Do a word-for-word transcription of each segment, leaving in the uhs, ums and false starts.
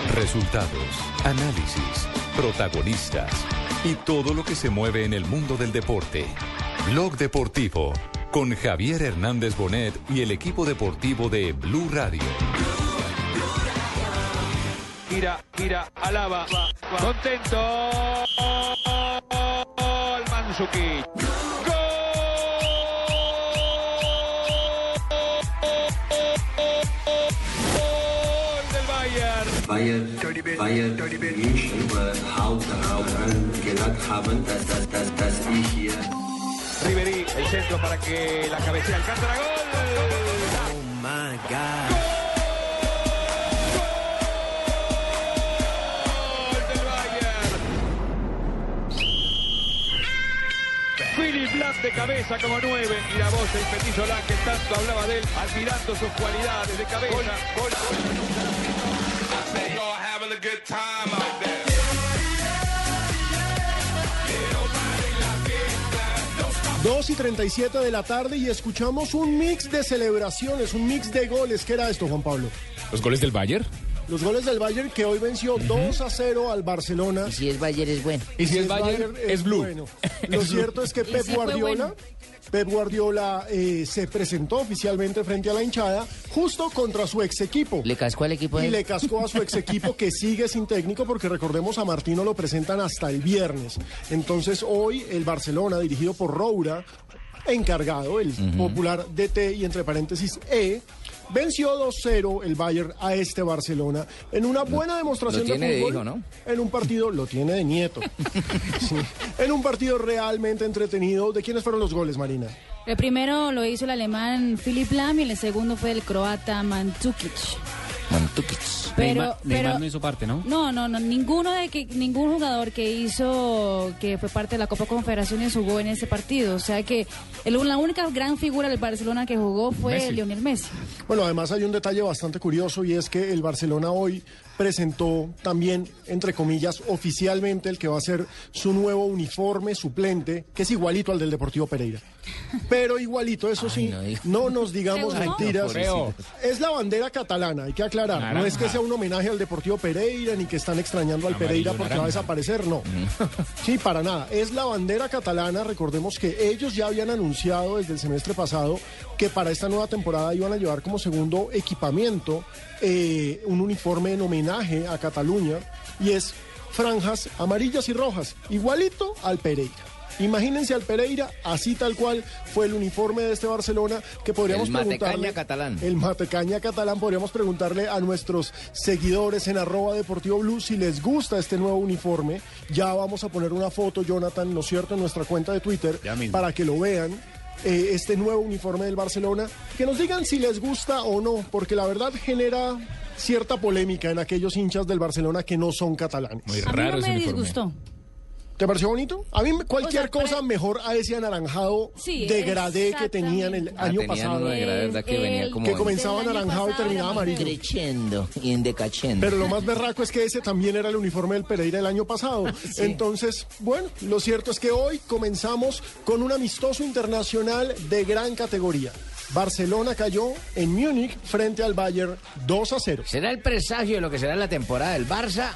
Resultados, análisis, protagonistas y todo lo que se mueve en el mundo del deporte. Blog Deportivo con Javier Hernández Bonet y el equipo deportivo de Blue Radio. Gira, gira, alaba, contento. Gol, Mandzukic. Bayern, Bayern München haut daran gedacht haben, dass, dass, dass, dass ich hier... Ribery, el centro para que la cabecea Alcántara, gol. Oh my God. Gol del Bayern. Philipp Lahm de cabeza como nueve y la voz del petiso Lahm que tanto hablaba de él, admirando sus cualidades de cabeza. Gol, gol, gol. A good time out there. dos y treinta y siete de la tarde y escuchamos un mix de celebraciones, un mix de goles. ¿Qué era esto, Juan Pablo? ¿Los goles del Bayern? Los goles del Bayern que hoy venció uh-huh. dos a cero al Barcelona. Y si es Bayern es bueno. Y si, si es, es Bayern, Bayern es, es blue. Bueno. Lo cierto es que Pep si Guardiola... Bueno. Pep Guardiola eh, se presentó oficialmente frente a la hinchada justo contra su ex equipo. ¿Le cascó al equipo? Y de... le cascó a su ex equipo que sigue sin técnico porque recordemos a Martino lo presentan hasta el viernes. Entonces hoy el Barcelona dirigido por Roura, encargado, el uh-huh. popular D T y entre paréntesis E, venció dos cero el Bayern a este Barcelona en una buena demostración lo tiene de fútbol. De hijo, ¿no? En un partido, lo tiene de nieto. Sí, en un partido realmente entretenido. ¿De quiénes fueron los goles, Marina? El primero lo hizo el alemán Philipp Lahm y el segundo fue el croata Mandzukic. Mandzukic. Pero, Neymar, pero Neymar no hizo parte, ¿no? No, no, no, ninguno de que ningún jugador que hizo que fue parte de la Copa Confederaciones jugó en ese partido, o sea que el, la única gran figura del Barcelona que jugó fue Messi. Lionel Messi. Bueno, además hay un detalle bastante curioso y es que el Barcelona hoy presentó también, entre comillas, oficialmente el que va a ser su nuevo uniforme suplente, que es igualito al del Deportivo Pereira. Pero igualito, eso sí, Ay, no, no nos digamos Ay, mentiras. No, es la bandera catalana, hay que aclarar. Naranja. No es que sea un homenaje al Deportivo Pereira, ni que están extrañando al Amarillo, Pereira porque naranja. Va a desaparecer, no. Sí, para nada. Es la bandera catalana, recordemos que ellos ya habían anunciado desde el semestre pasado que para esta nueva temporada iban a llevar como segundo equipamiento eh, un uniforme en homenaje a Cataluña y es franjas amarillas y rojas, igualito al Pereira. Imagínense al Pereira, así tal cual fue el uniforme de este Barcelona, que podríamos el preguntarle... Matecaña catalán. El Matecaña catalán, podríamos preguntarle a nuestros seguidores en arroba Deportivo Blue si les gusta este nuevo uniforme. Ya vamos a poner una foto, Jonathan, ¿no es cierto?, en nuestra cuenta de Twitter, para que lo vean. Eh, este nuevo uniforme del Barcelona, que nos digan si les gusta o no, porque la verdad genera cierta polémica en aquellos hinchas del Barcelona que no son catalanes. Muy a raro mí no me ese disgustó. uniforme. ¿Te pareció bonito? A mí cualquier o sea, cosa pre... mejor a ese anaranjado sí, degradé que tenían el ah, año tenían pasado. Uno degradé, ¿verdad? Que, venía como que comenzaba anaranjado y terminaba amarillo. Creciendo y endecachendo. Pero lo más berraco es que ese también era el uniforme del Pereira el año pasado. Sí. Entonces, bueno, lo cierto es que hoy comenzamos con un amistoso internacional de gran categoría. Barcelona cayó en Múnich frente al Bayern dos a cero. ¿Será el presagio de lo que será la temporada del Barça?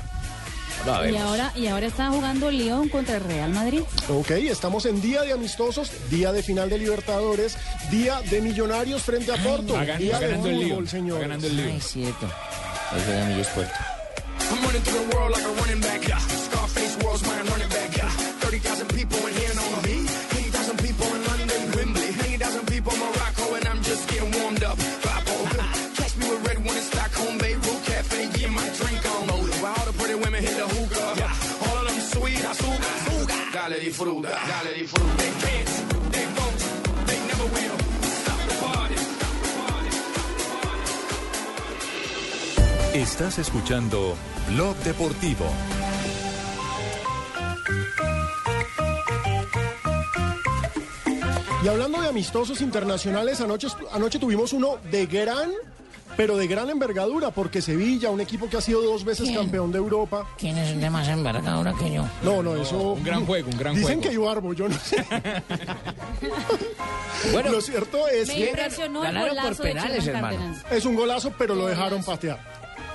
Y ahora, y ahora está jugando Lyon contra el Real Madrid. Ok, estamos en día de amistosos, día de final de Libertadores, día de Millonarios frente a Porto, Ay, día va de ganando fútbol, el Lyon, señores. Va ganando el Lyon. Ay, cierto. Hoy juega Millos Puerto. I'm running through the world like a running back, yeah. Scarface world's my running back, yeah. thirty thousand people in here know me. eighty thousand people in London, Wembley. eighty thousand people in Morocco, and I'm just getting warmed up. Catch me with red one in Stockholm, Beirut Cafe, yeah, my drink on. While all the pretty women hit the hookah, yeah. All of them sweet, azúcar, azúcar. Dale disfruta, dale disfruta. They can't, they won't, they never will. Stop the party. Estás escuchando Blog Deportivo. Y hablando de amistosos internacionales, anoche, anoche tuvimos uno de gran, pero de gran envergadura, porque Sevilla, un equipo que ha sido dos veces ¿Quién? campeón de Europa. ¿Quién es el de más envergadura que yo? No, no, eso... Un gran juego, un gran dicen juego. que Ibarbo, yo no sé. Bueno, lo cierto es Me que impresionó el ganaron por golazo de penales, Chivas hermano. Cárdenas. es un golazo, pero lo dejaron patear.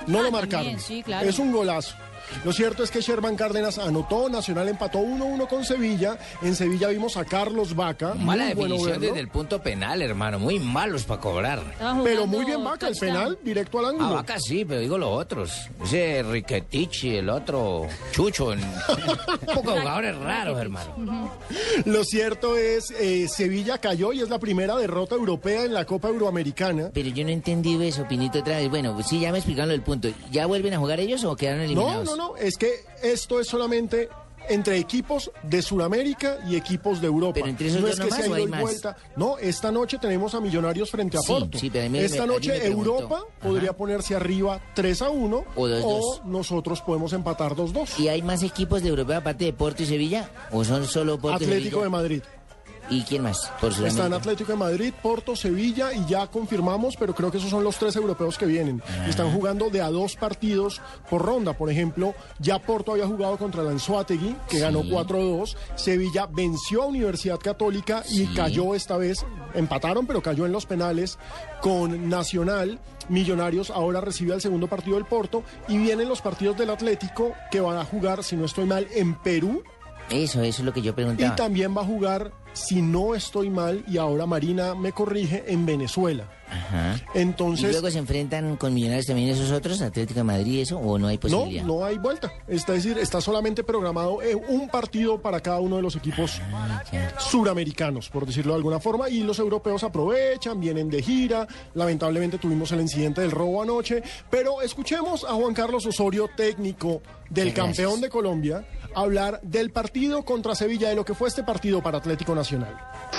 No Ah, lo marcaron. también, sí, claro. Es un golazo. Lo cierto es que Sherman Cárdenas anotó, Nacional empató uno uno con Sevilla. En Sevilla vimos a Carlos Vaca. Mala muy bueno definición verlo. desde el punto penal, hermano. Muy malos para cobrar. Estaba jugando Pero muy bien Vaca, el touchdown. penal directo al Ah, ángulo. Vaca sí, pero digo los otros. Ese Riquetichi, el otro Chucho. en- Un poco de jugadores raros, hermano. Lo cierto es, eh, Sevilla cayó y es la primera derrota europea en la Copa Euroamericana. Pero yo no entendí eso, Pinito, otra vez. Bueno, sí, ya me explicaron el punto. ¿Ya vuelven a jugar ellos o quedaron No, eliminados? no, no, es que esto es solamente entre equipos de Sudamérica y equipos de Europa. ¿Pero entre esos no dos es que nomás sea o hay ido y más? vuelta. No, esta noche tenemos a Millonarios frente a Sí, Porto. sí, pero a mí me- esta alguien noche me preguntó. Europa podría Ajá. ponerse arriba tres a uno O dos dos. nosotros podemos empatar dos dos. ¿Y hay más equipos de Europa aparte de Porto y Sevilla? ¿O son solo Porto y Atlético Sevilla? de Madrid. ¿Y quién más? Por Están Sudamérica. Atlético de Madrid, Porto, Sevilla y ya confirmamos, pero creo que esos son los tres europeos que vienen. Ah. Están jugando de a dos partidos por ronda. Por ejemplo, ya Porto había jugado contra el Anzoátegui, que Sí. ganó cuatro dos. Sevilla venció a Universidad Católica y Sí. cayó esta vez, empataron, pero cayó en los penales con Nacional. Millonarios ahora recibe al segundo partido del Porto y vienen los partidos del Atlético que van a jugar, si no estoy mal, en Perú. Eso, eso es lo que yo Y preguntaba. también va a jugar, si no estoy mal, y ahora Marina me corrige, en Venezuela. Ajá. ¿Y Entonces, luego se enfrentan con Millonarios también esos otros, Atlético de Madrid y eso, o no hay no, posibilidad? no hay vuelta. Es decir, está solamente programado eh, un partido para cada uno de los equipos Ah, ya. suramericanos, por decirlo de alguna forma, y los europeos aprovechan, vienen de gira. Lamentablemente tuvimos el incidente del robo anoche, pero escuchemos a Juan Carlos Osorio, técnico del Muchas campeón gracias. de Colombia, hablar del partido contra Sevilla, de lo que fue este partido para Atlético Nacional.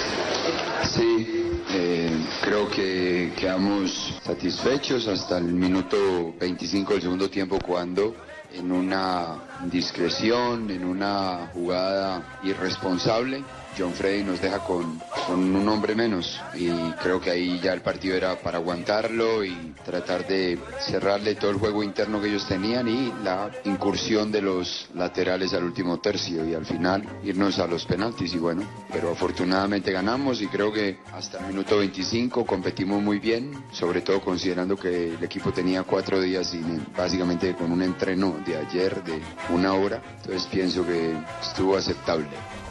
Sí, eh, creo que quedamos satisfechos hasta el minuto veinticinco del segundo tiempo cuando en una discreción, en una jugada irresponsable, John Freddy nos deja con, con un hombre menos y creo que ahí ya el partido era para aguantarlo y tratar de cerrarle todo el juego interno que ellos tenían y la incursión de los laterales al último tercio y al final irnos a los penaltis y bueno, pero afortunadamente ganamos y creo que hasta el minuto veinticinco competimos muy bien, sobre todo considerando que el equipo tenía cuatro días y básicamente con un entreno de ayer de una hora, entonces pienso que estuvo aceptable.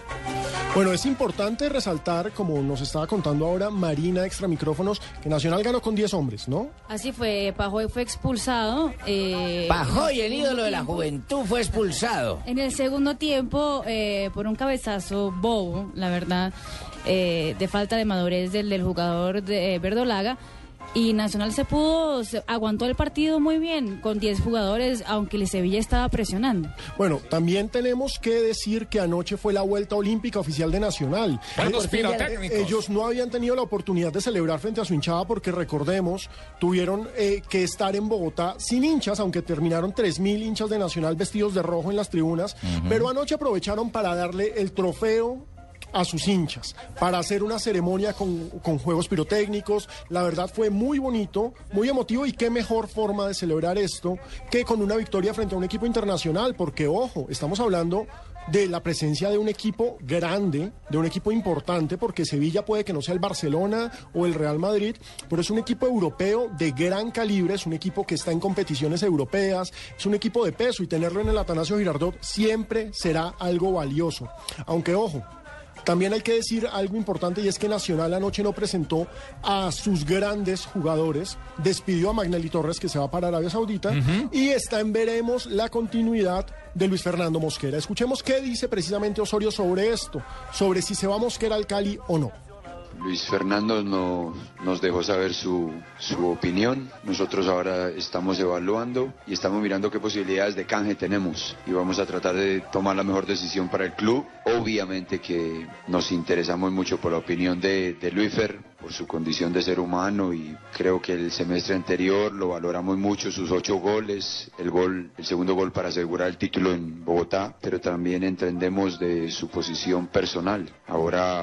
Bueno, es importante resaltar, como nos estaba contando ahora Marina extra micrófonos, que Nacional ganó con diez hombres, ¿no? Así fue, Pajoy fue expulsado. eh, Pajoy, el en ídolo de la tiempo. juventud, fue expulsado. En el segundo tiempo, eh, por un cabezazo bobo, la verdad, eh, de falta de madurez del, del jugador de eh, Verdolaga. Y Nacional se pudo, se aguantó el partido muy bien, con diez jugadores, aunque el Sevilla estaba presionando. Bueno, también tenemos que decir que anoche fue la vuelta olímpica oficial de Nacional. Buenos Eh, pirotécnicos. Ellos no habían tenido la oportunidad de celebrar frente a su hinchada porque, recordemos, tuvieron eh, que estar en Bogotá sin hinchas, aunque terminaron tres mil hinchas de Nacional vestidos de rojo en las tribunas, pero anoche aprovecharon para darle el trofeo a sus hinchas, para hacer una ceremonia con, con juegos pirotécnicos. La verdad fue muy bonito, muy emotivo, y qué mejor forma de celebrar esto que con una victoria frente a un equipo internacional, porque ojo, estamos hablando de la presencia de un equipo grande, de un equipo importante, porque Sevilla puede que no sea el Barcelona o el Real Madrid, pero es un equipo europeo de gran calibre, es un equipo que está en competiciones europeas, es un equipo de peso, y tenerlo en el Atanasio Girardot siempre será algo valioso. Aunque ojo, también hay que decir algo importante, y es que Nacional anoche no presentó a sus grandes jugadores, despidió a Magnelli Torres, que se va para Arabia Saudita, y está en veremos la continuidad de Luis Fernando Mosquera. Escuchemos qué dice precisamente Osorio sobre esto, sobre si se va Mosquera al Cali o no. Luis Fernando no, nos dejó saber su, su opinión. Nosotros ahora estamos evaluando y estamos mirando qué posibilidades de canje tenemos y vamos a tratar de tomar la mejor decisión para el club. Obviamente que nos interesamos mucho por la opinión de, de Luisfer, por su condición de ser humano, y creo que el semestre anterior lo valoramos mucho, sus ocho goles, el gol, el segundo gol para asegurar el título en Bogotá, pero también entendemos de su posición personal. Ahora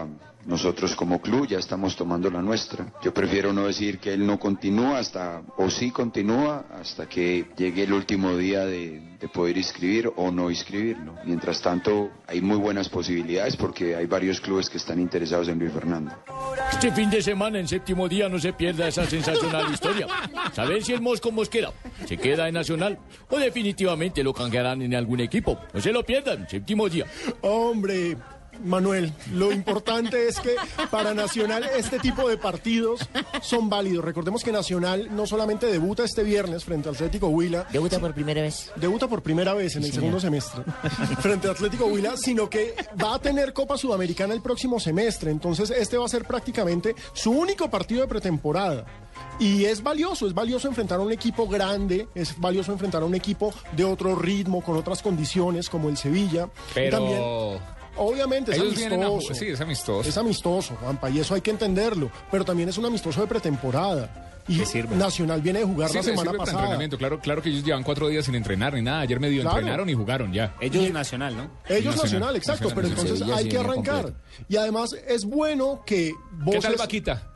nosotros como club ya estamos tomando la nuestra. Yo prefiero no decir que él no continúa hasta, o sí continúa, hasta que llegue el último día de, de poder inscribir o no inscribirlo. Mientras tanto, hay muy buenas posibilidades porque hay varios clubes que están interesados en Luis Fernando. Este fin de semana, en séptimo día, no se pierda esa sensacional historia. Saber si el Mosco Mosquera se queda en Nacional o definitivamente lo canjearán en algún equipo. No se lo pierdan, séptimo día. Hombre, Manuel, lo importante es que para Nacional este tipo de partidos son válidos. Recordemos que Nacional no solamente debuta este viernes frente a Atlético Huila. ¿Debuta por primera vez? Debuta por primera vez en el segundo semestre frente a Atlético Huila, sino que va a tener Copa Sudamericana el próximo semestre. Entonces este va a ser prácticamente su único partido de pretemporada. Y es valioso, es valioso enfrentar a un equipo grande, es valioso enfrentar a un equipo de otro ritmo, con otras condiciones, como el Sevilla. Pero... También, obviamente es Ellos amistoso. A... Sí, es amistoso. Es amistoso, Juanpa, y eso hay que entenderlo. Pero también es un amistoso de pretemporada. Y Nacional viene de jugar sí, la semana sirve pasada. Entrenamiento. Claro, claro que ellos llevan cuatro días sin entrenar ni nada. Ayer medio claro. entrenaron y jugaron ya. Ellos y, Nacional, ¿no? Ellos Nacional, nacional exacto. Nacional, pero entonces Sevilla, hay sí, que arrancar. Completo. Y además es bueno que vos... ¿Qué tal, Vaquita?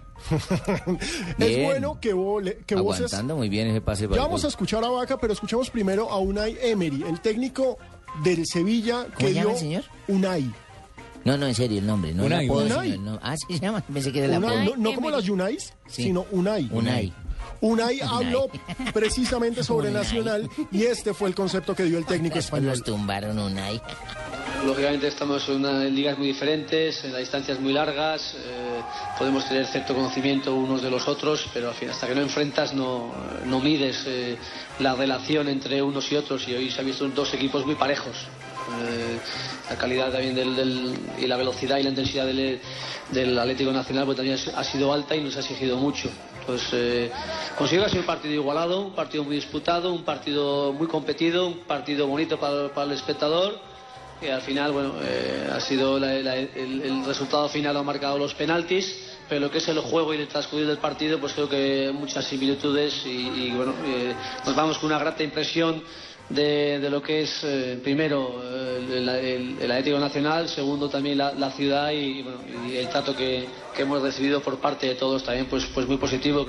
Es bueno que vos... Que Aguantando vos es... muy bien ese pase. Ya vamos a escuchar a Vaca, pero escuchemos primero a Unai Emery, el técnico del Sevilla que ¿Cómo dio... llama el señor? Unai. No, no, en serio, el nombre. No Unai. Apodo, Unai. Señor, no. Ah, sí se llama. Pensé que era la Unai, no, no como las Unais, sí. sino Unai. Unai. Unai habló precisamente sobre Unai. Nacional y este fue el concepto que dio el técnico español. Nos tumbaron Unai. Lógicamente estamos en, una, en ligas muy diferentes, en las distancias muy largas, eh, podemos tener cierto conocimiento unos de los otros, pero al fin, hasta que no enfrentas no, no mides eh, la relación entre unos y otros, y hoy se han visto dos equipos muy parejos. Eh, la calidad también del, del, y la velocidad y la intensidad del, del Atlético Nacional pues también ha sido alta y nos ha exigido mucho. Pues eh, considero que ha sido un partido igualado, un partido muy disputado, un partido muy competido, un partido bonito para, para el espectador, que al final bueno eh, ha sido la, la, el, el resultado final lo han marcado los penaltis, pero lo que es el juego y el transcurrir del partido pues creo que muchas similitudes y, y bueno eh, nos vamos con una grata impresión de, de lo que es eh, primero el, el, el Atlético Nacional, segundo también la, la ciudad y, bueno, y el trato que, que hemos recibido por parte de todos también pues, pues muy positivo.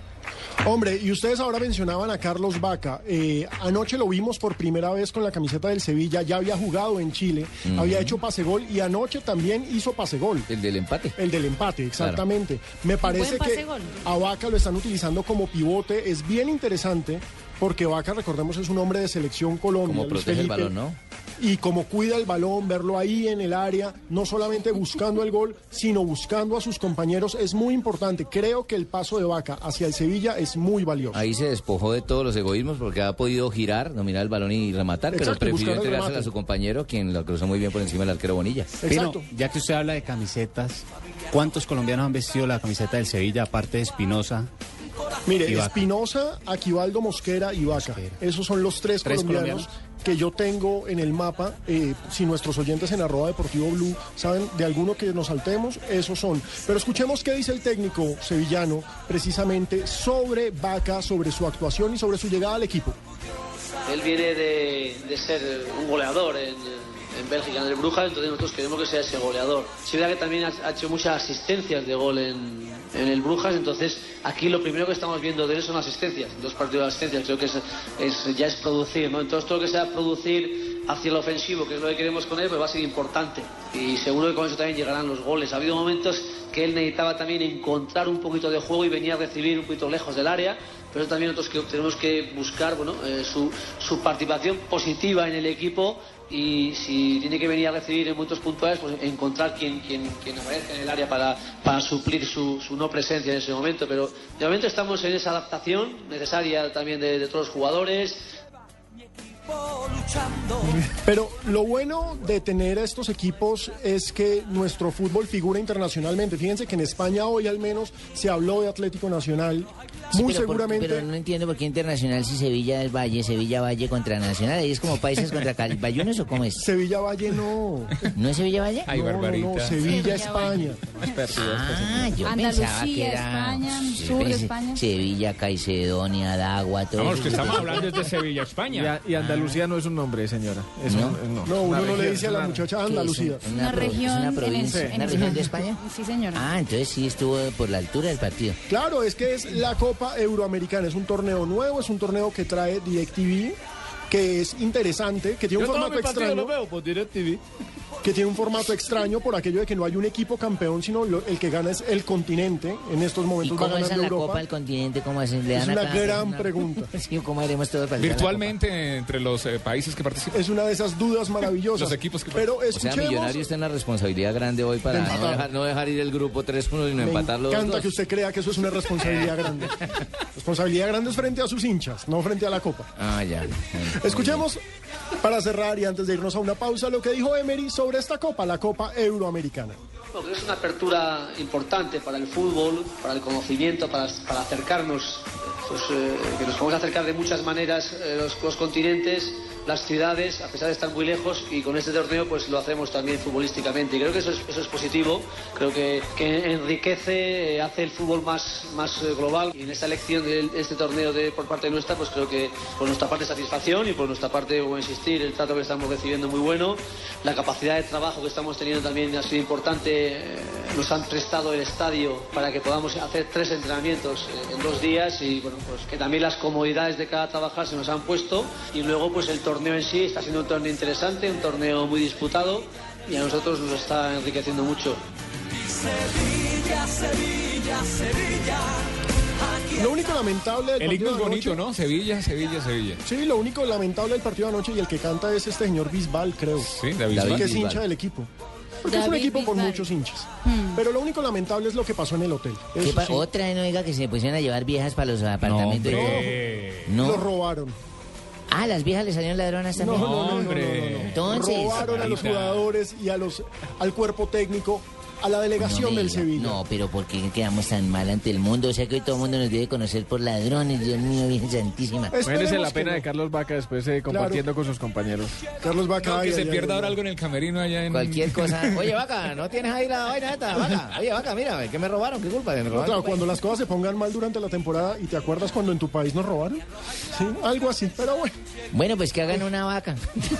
Hombre, y ustedes ahora mencionaban a Carlos Vaca. Eh, anoche lo vimos por primera vez con la camiseta del Sevilla. Ya había jugado en Chile, uh-huh. había hecho pase gol y anoche también hizo pase gol. El del empate. El del empate, exactamente. Claro. Me parece que a Vaca lo están utilizando como pivote. Es bien interesante porque Vaca, recordemos, es un hombre de selección Colombia. Como protege Felipe, el balón, ¿no? Y como cuida el balón, verlo ahí en el área, no solamente buscando el gol, sino buscando a sus compañeros, es muy importante. Creo que el paso de Vaca hacia el Sevilla es muy valioso. Ahí se despojó de todos los egoísmos porque ha podido girar, dominar el balón y rematar, exacto, pero prefirió entregársela a su compañero, quien lo cruzó muy bien por encima del arquero Bonilla. Exacto. Pero, ya que usted habla de camisetas, ¿cuántos colombianos han vestido la camiseta del Sevilla, aparte de Espinosa? Mire, Espinosa, Aquivaldo Mosquera y Vaca. Mosquera. Esos son los tres, tres colombianos, colombianos que yo tengo en el mapa. Eh, si nuestros oyentes en arroba Deportivo Blue saben de alguno que nos saltemos, esos son. Pero escuchemos qué dice el técnico sevillano precisamente sobre Vaca, sobre su actuación y sobre su llegada al equipo. Él viene de, de ser un goleador en, en Bélgica, en el Brujas, entonces nosotros queremos que sea ese goleador. Sí, verdad que también ha, ha hecho muchas asistencias de gol en, en el Brujas, entonces aquí lo primero que estamos viendo de él son asistencias, dos partidos de asistencias, creo que es, es, ya es producir, ¿no? Entonces todo lo que sea producir hacia el ofensivo, que es lo que queremos con él, pues va a ser importante y seguro que con eso también llegarán los goles. Ha habido momentos que él necesitaba también encontrar un poquito de juego y venía a recibir un poquito lejos del área, pero también nosotros que tenemos que buscar bueno, eh, su, su participación positiva en el equipo y si tiene que venir a recibir en momentos puntuales, pues encontrar quien, quien, quien aparezca en el área para, para suplir su, su no presencia en ese momento. Pero de momento estamos en esa adaptación necesaria también de, de todos los jugadores. Pero lo bueno de tener a estos equipos es que nuestro fútbol figura internacionalmente. Fíjense que en España hoy al menos se habló de Atlético Nacional. Sí, muy pero seguramente. Por, pero no entiendo por qué Internacional si Sevilla es Valle, Sevilla Valle contra Nacional. ¿Ahí es como países contra Calibayunes o cómo es? Sevilla Valle no. ¿No es Sevilla Valle? Ay, no, barbarita. No, no, Sevilla, España. Ah, yo Andalucía, pensaba que era España, sur de España. Sevilla, Caicedonia, Dagua, todo. Vamos, que estamos hablando desde Sevilla, España. Y, a, y Andalucía no es un un nombre, señora. Es ¿No? un- no, No, es uno una no le región, dice a la una- muchacha Andalucía. Una, Una pro- región es una en- provincia, en- una región de España. Sí, señora. Ah, entonces sí estuvo por la altura del partido. Claro, es que es la Copa Euroamericana, es un torneo nuevo, es un torneo que trae DirecTV, que es interesante, que tiene un Yo todo formato mi partido extraño. lo veo por DirecTV. que tiene un formato extraño por aquello de que no hay un equipo campeón, sino lo- el que gana es el continente. En estos ¿Y momentos va cómo es ganando en la Europa. Copa del Continente? ¿Cómo hacen? ¿Le Es dan a una cada- gran una- pregunta. Sí, ¿cómo haremos todo para llegar a la Virtualmente entre los eh, países que participan. Es una de esas dudas maravillosas. Los equipos que Pero Copa? O sea, escuchemos. Millonarios está en la responsabilidad grande hoy para De no empatar. dejar, no dejar ir el grupo tres uno y no Me empatarlo dos encanta dos. que usted crea que eso es una responsabilidad grande. Responsabilidad grande es frente a sus hinchas, no frente a la Copa. Ah, ya. Escuchemos, para cerrar y antes de irnos a una pausa, lo que dijo Emery sobre esta Copa, la Copa Euroamericana. Bueno, es una apertura importante para el fútbol, para el conocimiento, para, para acercarnos, pues, eh, que nos podemos acercar de muchas maneras eh, los, los continentes, las ciudades, a pesar de estar muy lejos, y con este torneo pues lo hacemos también futbolísticamente. Y creo que eso es, eso es positivo, creo que, que enriquece, eh, hace el fútbol más, más eh, global. Y en esta elección de este torneo de, por parte nuestra, pues creo que por nuestra parte satisfacción y por nuestra parte, como insistir, el trato que estamos recibiendo muy bueno, la capacidad de trabajo que estamos teniendo también ha sido importante. Eh, nos han prestado el estadio para que podamos hacer tres entrenamientos eh, en dos días y bueno, pues que también las comodidades de cada trabajar se nos han puesto, y luego pues el torneo en sí está siendo un torneo interesante, un torneo muy disputado y a nosotros nos está enriqueciendo mucho. Sevilla, Sevilla, Sevilla. Lo único lamentable del El himno partido es de bonito, anoche- ¿no? Sevilla, Sevilla, Sevilla. Sí, lo único lamentable del partido de anoche y el que canta es este señor Bisbal, creo. Sí, David Que Bisbal. es hincha del equipo. Porque es un David equipo con Bisbal. muchos hinchas. Pero lo único lamentable es lo que pasó en el hotel. ¿Qué Eso pa- sí, Otra vez no diga que se pusieron a llevar viejas para los apartamentos. hombre. No. lo robaron. Ah, las viejas le salieron ladronas No, también. no, no, no, no, Hombre. no, no. Entonces. Robaron a los Ahorita. jugadores y a los al cuerpo técnico, a la delegación No me del diga. Sevilla. No, pero ¿por qué quedamos tan mal ante el mundo? O sea que hoy todo el mundo nos debe conocer por ladrones, Dios mío, Virgen Santísima. Esperemos Imagínese la que pena no. de Carlos Vaca después eh, compartiendo con sus compañeros. Carlos Vaca. No, ay, que se ay, pierda ay, ahora ay. algo en el camerino allá en... Cualquier cosa. Oye, Vaca, ¿no tienes ahí la vaina esta, Vaca? Oye, Vaca, mira, ¿qué me robaron? ¿Qué culpa? ¿Me No, robaron? claro, cuando las cosas se pongan mal durante la temporada y te acuerdas cuando en tu país nos robaron. Sí, algo así, pero bueno. Bueno, pues que hagan una vaca.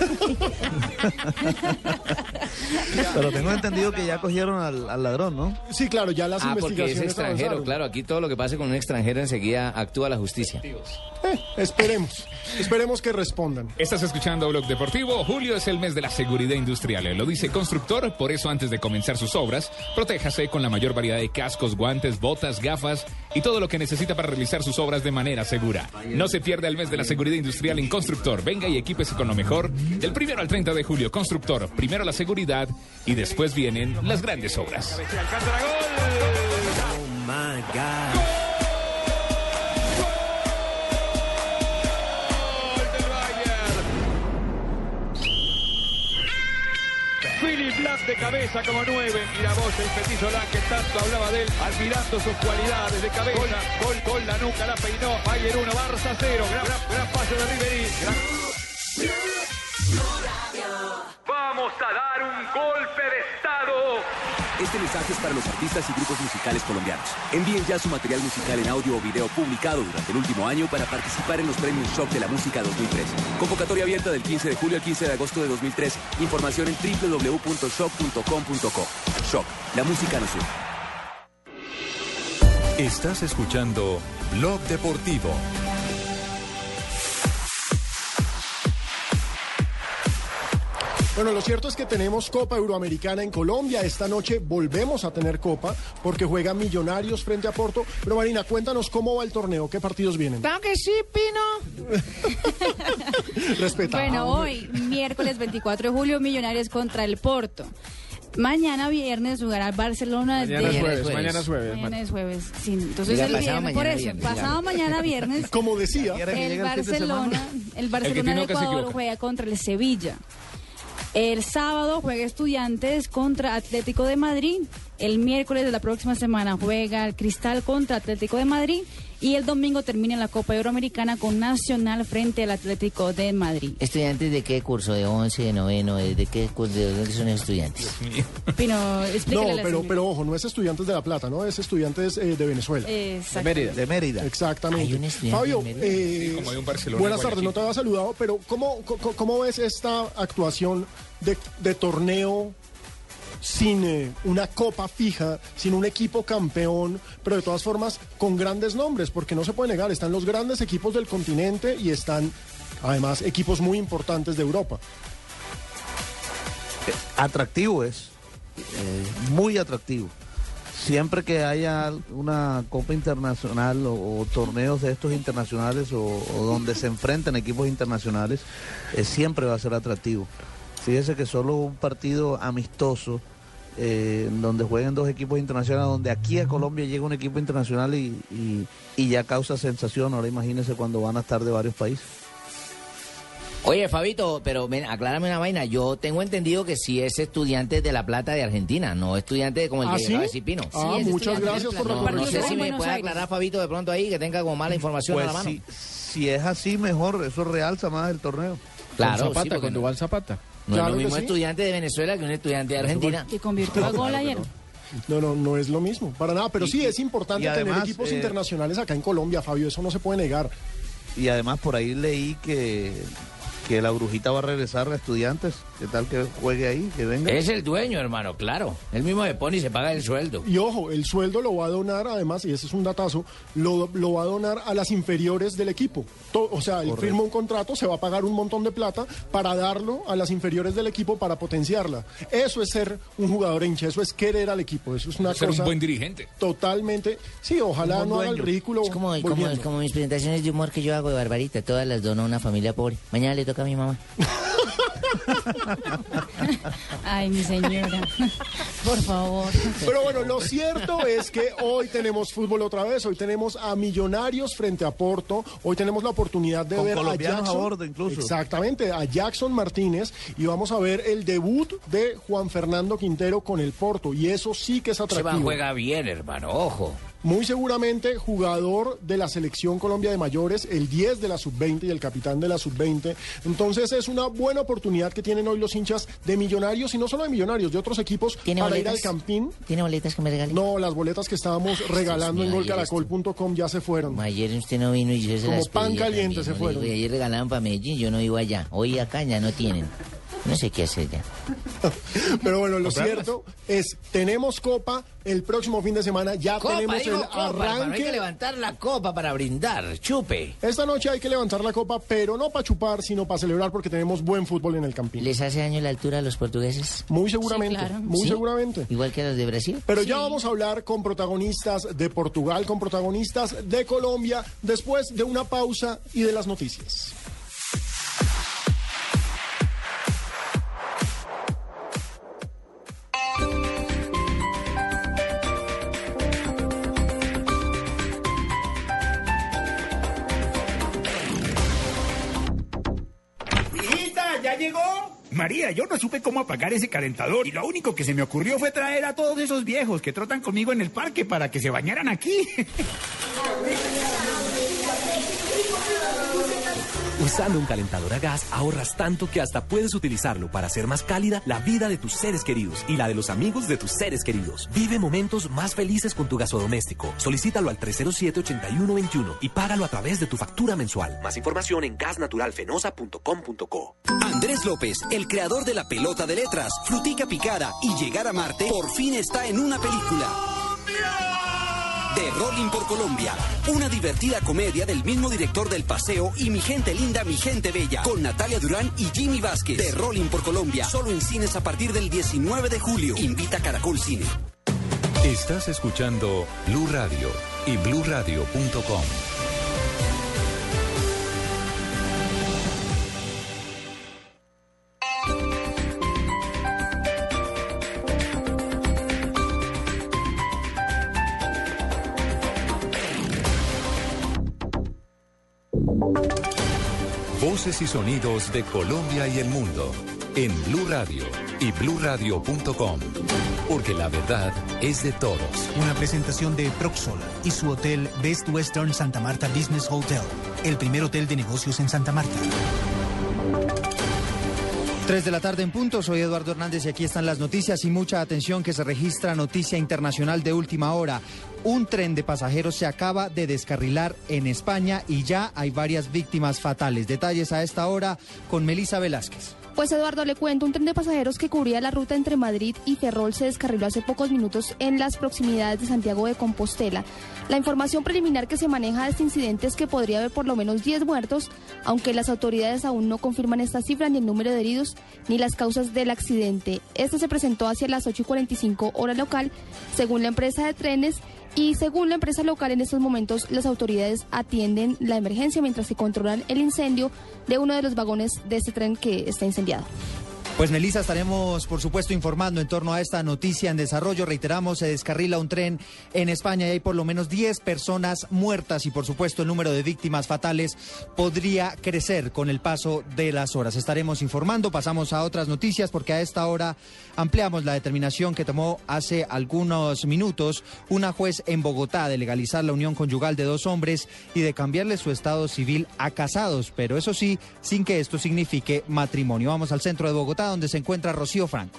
Pero tengo entendido que ya cogieron al, al ladrón, ¿no? Sí, claro, ya las Ah, porque es investigaciones extranjero, avanzaron. claro. Aquí todo lo que pase con un extranjero enseguida actúa la justicia. Eh, esperemos, esperemos que respondan. Estás escuchando Blog Deportivo. Julio es el mes de la seguridad industrial. Lo dice Constructor. Por eso, antes de comenzar sus obras, protéjase con la mayor variedad de cascos, guantes, botas, gafas y todo lo que necesita para realizar sus obras de manera segura. No se pierda el mes de la seguridad industrial en Constructor. Venga y equípese con lo mejor. Del primero al treinta de julio, Constructor. Primero la seguridad y después vienen las grandes obras. Oh my God. Philip Blas de cabeza como nueve. Y la voz del petizo Lan, que tanto hablaba de él, admirando sus cualidades de cabeza. Gol, gol con la nuca, la peinó. Bayern uno, Barça cero. Gran, gran, gran pase de Ribery. Gran- Vamos a dar un golpe de estado. Este mensaje es para los artistas y grupos musicales colombianos. Envíen ya su material musical en audio o video publicado durante el último año para participar en los premios Shock de la Música dos mil trece. Convocatoria abierta del quince de julio al quince de agosto de dos mil trece. Información en doble u doble u doble u punto shock punto com punto co. Shock, la música nos une. Estás escuchando Blog Deportivo. Bueno, lo cierto es que tenemos Copa Euroamericana en Colombia. Esta noche volvemos a tener Copa porque juega Millonarios frente a Porto. Pero Marina, cuéntanos cómo va el torneo, qué partidos vienen. Claro que sí, Pino. Respetado. Bueno, hoy, miércoles veinticuatro de julio, Millonarios contra el Porto. Mañana viernes jugará Barcelona Mañana de... es jueves, mañana es jueves. Mañana es jueves, sí. Entonces Diga, el pasado viernes, por mañana eso, viernes, pasado ya. mañana viernes, Como decía, el Barcelona, el Barcelona que de nunca se Ecuador equivoca. juega contra el Sevilla. El sábado juega Estudiantes contra Atlético de Madrid. El miércoles de la próxima semana juega el Cristal contra Atlético de Madrid. Y el domingo termina la Copa Euroamericana con Nacional frente al Atlético de Madrid. ¿Estudiantes de qué curso? ¿De once, de noveno? ¿De qué curso? ¿De dónde son estudiantes? Pino, explícale No, a la pero, señora. pero ojo, no es Estudiantes de La Plata, ¿no? Es Estudiantes eh, de Venezuela. Exacto. De Mérida. De Mérida. Exactamente. Hay un estudiante Fabio, de Mérida. eh, Sí, como hay un Barcelona buenas en tardes, no te había saludado, pero ¿cómo, cómo, cómo ves esta actuación de, de torneo sin eh, una copa fija, sin un equipo campeón, pero de todas formas con grandes nombres? Porque no se puede negar, están los grandes equipos del continente y están además equipos muy importantes de Europa. Atractivo es, eh, muy atractivo. Siempre que haya una copa internacional o, o torneos de estos internacionales o, o donde se enfrenten equipos internacionales, eh, siempre va a ser atractivo. Fíjese que solo un partido amistoso, eh, donde jueguen dos equipos internacionales, donde aquí a Colombia llega un equipo internacional y, y, y ya causa sensación. Ahora imagínense cuando van a estar de varios países. Oye, Fabito, pero ven, aclárame una vaina. Yo tengo entendido que sí es estudiante de La Plata de Argentina, no estudiante como el ¿Ah, que sí? acaba de decir Pino. Ah, es muchas estudiante de gracias La por la Plata. No, no sé corrección. si me Buenos puede Aires. aclarar, Fabito, de pronto ahí, que tenga como mala información a Pues la mano. si, si es así, mejor, eso realza más el torneo. Claro, con Zapata, sí, porque con no, Duván Zapata. no Claro es lo que mismo sí. estudiante de Venezuela que un estudiante de Argentina. Que convirtió a gol ayer. No, no, no es lo mismo, para nada, pero Y- sí es importante y además, tener equipos eh, internacionales acá en Colombia, Fabio, eso no se puede negar. Y además por ahí leí que, que la Brujita va a regresar a Estudiantes. ¿Qué tal que juegue ahí? Que venga. Es el dueño, hermano, claro. Él mismo le pone y se paga el sueldo. Y ojo, el sueldo lo va a donar, además, y ese es un datazo, lo, lo va a donar a las inferiores del equipo. To- o sea, él Correcto. firma un contrato, se va a pagar un montón de plata para darlo a las inferiores del equipo para potenciarla. Eso es ser un jugador hincha, eso es querer al equipo, eso es una Ser cosa un buen dirigente. totalmente... Sí, ojalá Un no buen haga el dueño. ridículo Es como, como, volviendo. como mis presentaciones de humor que yo hago de Barbarita, todas las dono a una familia pobre. Mañana le toca a mi mamá. Ay, mi señora. Por favor. Pero bueno, lo cierto es que hoy tenemos fútbol otra vez, hoy tenemos a Millonarios frente a Porto, hoy tenemos la oportunidad de Con ver a colombianos Jackson, a bordo incluso. exactamente, a Jackson Martínez, y vamos a ver el debut de Juan Fernando Quintero con el Porto, y eso sí que es Se va, atractivo. juega bien, hermano, ojo. Muy seguramente jugador de la selección Colombia de mayores, el diez de la sub veinte y el capitán de la sub veinte. Entonces es una buena oportunidad que tienen hoy los hinchas de Millonarios, y no solo de Millonarios, de otros equipos, ¿Tiene para ir boletas? al Campín. ¿Tiene boletas que me regalen? No, las boletas que estábamos regalando mío, en ayer golcaracol punto com ya se fueron. Ayer usted no vino y yo se Como las pan pedí caliente también, se ¿no? fueron. Digo, y ayer regalaban para Medellín, yo no iba allá. Hoy acá ya no tienen. No sé qué hacer ya. Pero bueno, lo ¿Comprarlas? cierto es, tenemos Copa el próximo fin de semana, ya Copa, tenemos digo, el copa, hermano, hay que arranque. levantar la copa para brindar. Chupe. Esta noche hay que levantar la copa, pero no para chupar, sino para celebrar, porque tenemos buen fútbol en el Campín. ¿Les hace daño la altura a los portugueses? Muy seguramente, Sí, claro. muy ¿Sí? seguramente. Igual que a los de Brasil. Pero ya vamos a hablar con protagonistas de Portugal, con protagonistas de Colombia, después de una pausa y de las noticias. ¡Hijita, ya llegó! María, yo no supe cómo apagar ese calentador y lo único que se me ocurrió fue traer a todos esos viejos que trotan conmigo en el parque para que se bañaran aquí. Usando un calentador a gas ahorras tanto que hasta puedes utilizarlo para hacer más cálida la vida de tus seres queridos y la de los amigos de tus seres queridos. Vive momentos más felices con tu gasodoméstico. Solicítalo al tres cero siete, ocho uno dos uno y págalo a través de tu factura mensual. Más información en gas natural fenosa punto com punto co. Andrés López, el creador de la pelota de letras, Frutica Picada y Llegar a Marte, por fin está en una película. De Rolling por Colombia, una divertida comedia del mismo director del Paseo y Mi Gente Linda, Mi Gente Bella, con Natalia Durán y Jimmy Vázquez. De Rolling por Colombia, solo en cines a partir del diecinueve de julio. Invita Caracol Cine. Estás escuchando Blue Radio y blue radio punto com. Voces y sonidos de Colombia y el mundo en Blue Radio y blue radio punto com. Porque la verdad es de todos. Una presentación de Proxol y su hotel Best Western Santa Marta Business Hotel, el primer hotel de negocios en Santa Marta. Tres de la tarde en punto, soy Eduardo Hernández y aquí están las noticias y mucha atención que se registra noticia internacional de última hora. Un tren de pasajeros se acaba de descarrilar en España y ya hay varias víctimas fatales. Detalles a esta hora con Melisa Velázquez. Pues Eduardo, le cuento, un tren de pasajeros que cubría la ruta entre Madrid y Ferrol se descarriló hace pocos minutos en las proximidades de Santiago de Compostela. La información preliminar que se maneja de este incidente es que podría haber por lo menos diez muertos, aunque las autoridades aún no confirman esta cifra, ni el número de heridos, ni las causas del accidente. Este se presentó hacia las ocho y cuarenta y cinco hora local, según la empresa de trenes. Y según la empresa local, en estos momentos las autoridades atienden la emergencia mientras se controlan el incendio de uno de los vagones de este tren que está incendiado. Pues Melisa, estaremos por supuesto informando en torno a esta noticia en desarrollo. Reiteramos, se descarrila un tren en España y hay por lo menos diez personas muertas y por supuesto el número de víctimas fatales podría crecer con el paso de las horas. Estaremos informando, pasamos a otras noticias porque a esta hora ampliamos la determinación que tomó hace algunos minutos una juez en Bogotá de legalizar la unión conyugal de dos hombres y de cambiarle su estado civil a casados, pero eso sí, sin que esto signifique matrimonio. Vamos al centro de Bogotá, donde se encuentra Rocío Franco.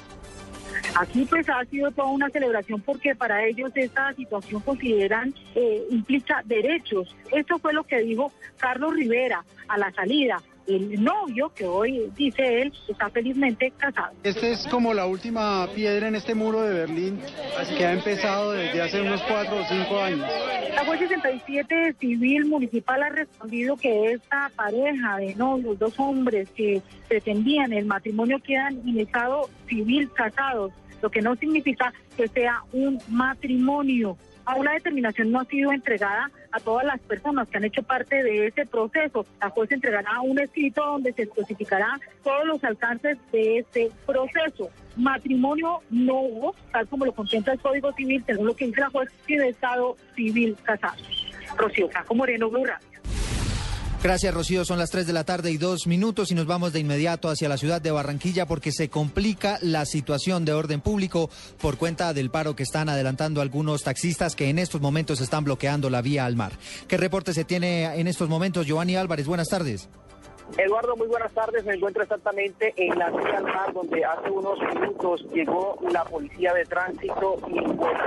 Aquí pues ha sido toda una celebración porque para ellos esta situación consideran eh, implica derechos. Esto fue lo que dijo Carlos Rivera a la salida. El novio, que hoy, dice él, está felizmente casado. Esta es como la última piedra en este muro de Berlín que ha empezado desde hace unos cuatro o cinco años. La juez sesenta y siete civil municipal ha respondido que esta pareja de novios, dos hombres que pretendían el matrimonio, quedan en estado civil casados, lo que no significa que sea un matrimonio. Aún la determinación no ha sido entregada a todas las personas que han hecho parte de ese proceso. La juez entregará un escrito donde se especificará todos los alcances de este proceso. Matrimonio no hubo, tal como lo contempla el Código Civil, según lo que dice la juez, y de estado civil casado. Rocío Franco Moreno, Blue Radio. Gracias, Rocío. Son las tres de la tarde y dos minutos y nos vamos de inmediato hacia la ciudad de Barranquilla porque se complica la situación de orden público por cuenta del paro que están adelantando algunos taxistas que en estos momentos están bloqueando la vía al mar. ¿Qué reporte se tiene en estos momentos? Giovanni Álvarez, buenas tardes. Eduardo, muy buenas tardes. Me encuentro exactamente en la vía al mar, donde hace unos minutos llegó la policía de tránsito y pues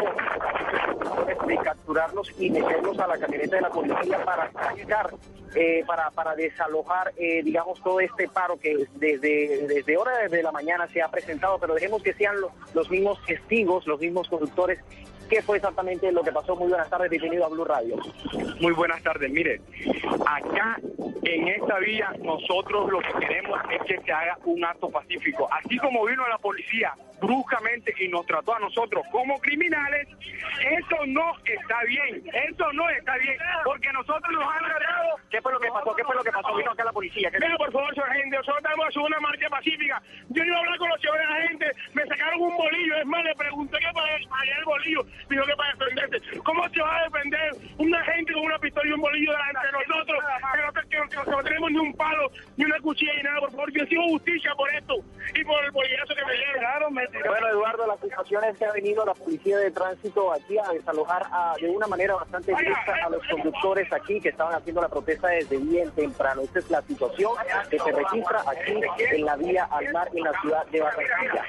trató de capturarlos y meterlos a la camioneta de la policía para sacar, eh, para para desalojar, eh, digamos, todo este paro que desde desde hora desde la mañana se ha presentado. Pero dejemos que sean los, los mismos testigos, los mismos conductores. ¿Qué fue exactamente lo que pasó? Muy buenas tardes, bienvenido a Blue Radio. Muy buenas tardes. Mire, acá en esta vía nosotros lo que queremos es que se haga un acto pacífico. Así como vino la policía bruscamente y nos trató a nosotros como criminales, eso no está bien, eso no está bien, porque nosotros nos han tratado. ¿Qué fue lo que pasó? ¿Qué fue lo que pasó? Vino acá la policía. Mira, por favor, señor agente, nosotros estamos haciendo una marcha pacífica. Yo iba a hablar con los señores agentes, me sacaron un bolillo, es más, le pregunté que para allá el bolillo, dijo que para defenderse. ¿Cómo se va a defender un agente con una pistola y un bolillo delante de nosotros? Que no, que, que, que no tenemos ni un palo, ni una cuchilla, ni nada, por favor. Yo exijo justicia por esto y por el bolillazo que me dieron. Claro, me Bueno, Eduardo, la acusación es que ha venido la policía de tránsito aquí a desalojar a, de una manera bastante directa a los conductores aquí que estaban haciendo la protesta desde bien temprano. Esta es la situación que se registra aquí en la vía al mar en la ciudad de Barranquilla.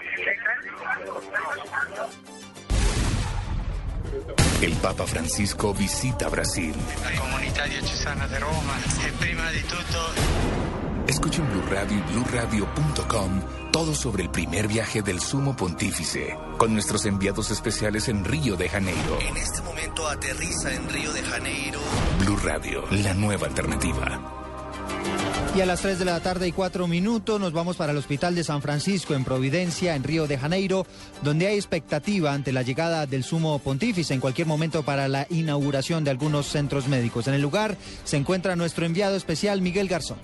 El Papa Francisco visita Brasil. La comunità diocesana de Roma e prima di tutto. Escucha en Blue Radio y blue radio punto com todo sobre el primer viaje del Sumo Pontífice con nuestros enviados especiales en Río de Janeiro. En este momento aterriza en Río de Janeiro. Blue Radio, la nueva alternativa. Y a las tres de la tarde y cuatro minutos nos vamos para el Hospital de San Francisco en Providencia, en Río de Janeiro, donde hay expectativa ante la llegada del Sumo Pontífice en cualquier momento para la inauguración de algunos centros médicos. En el lugar se encuentra nuestro enviado especial Miguel Garzón.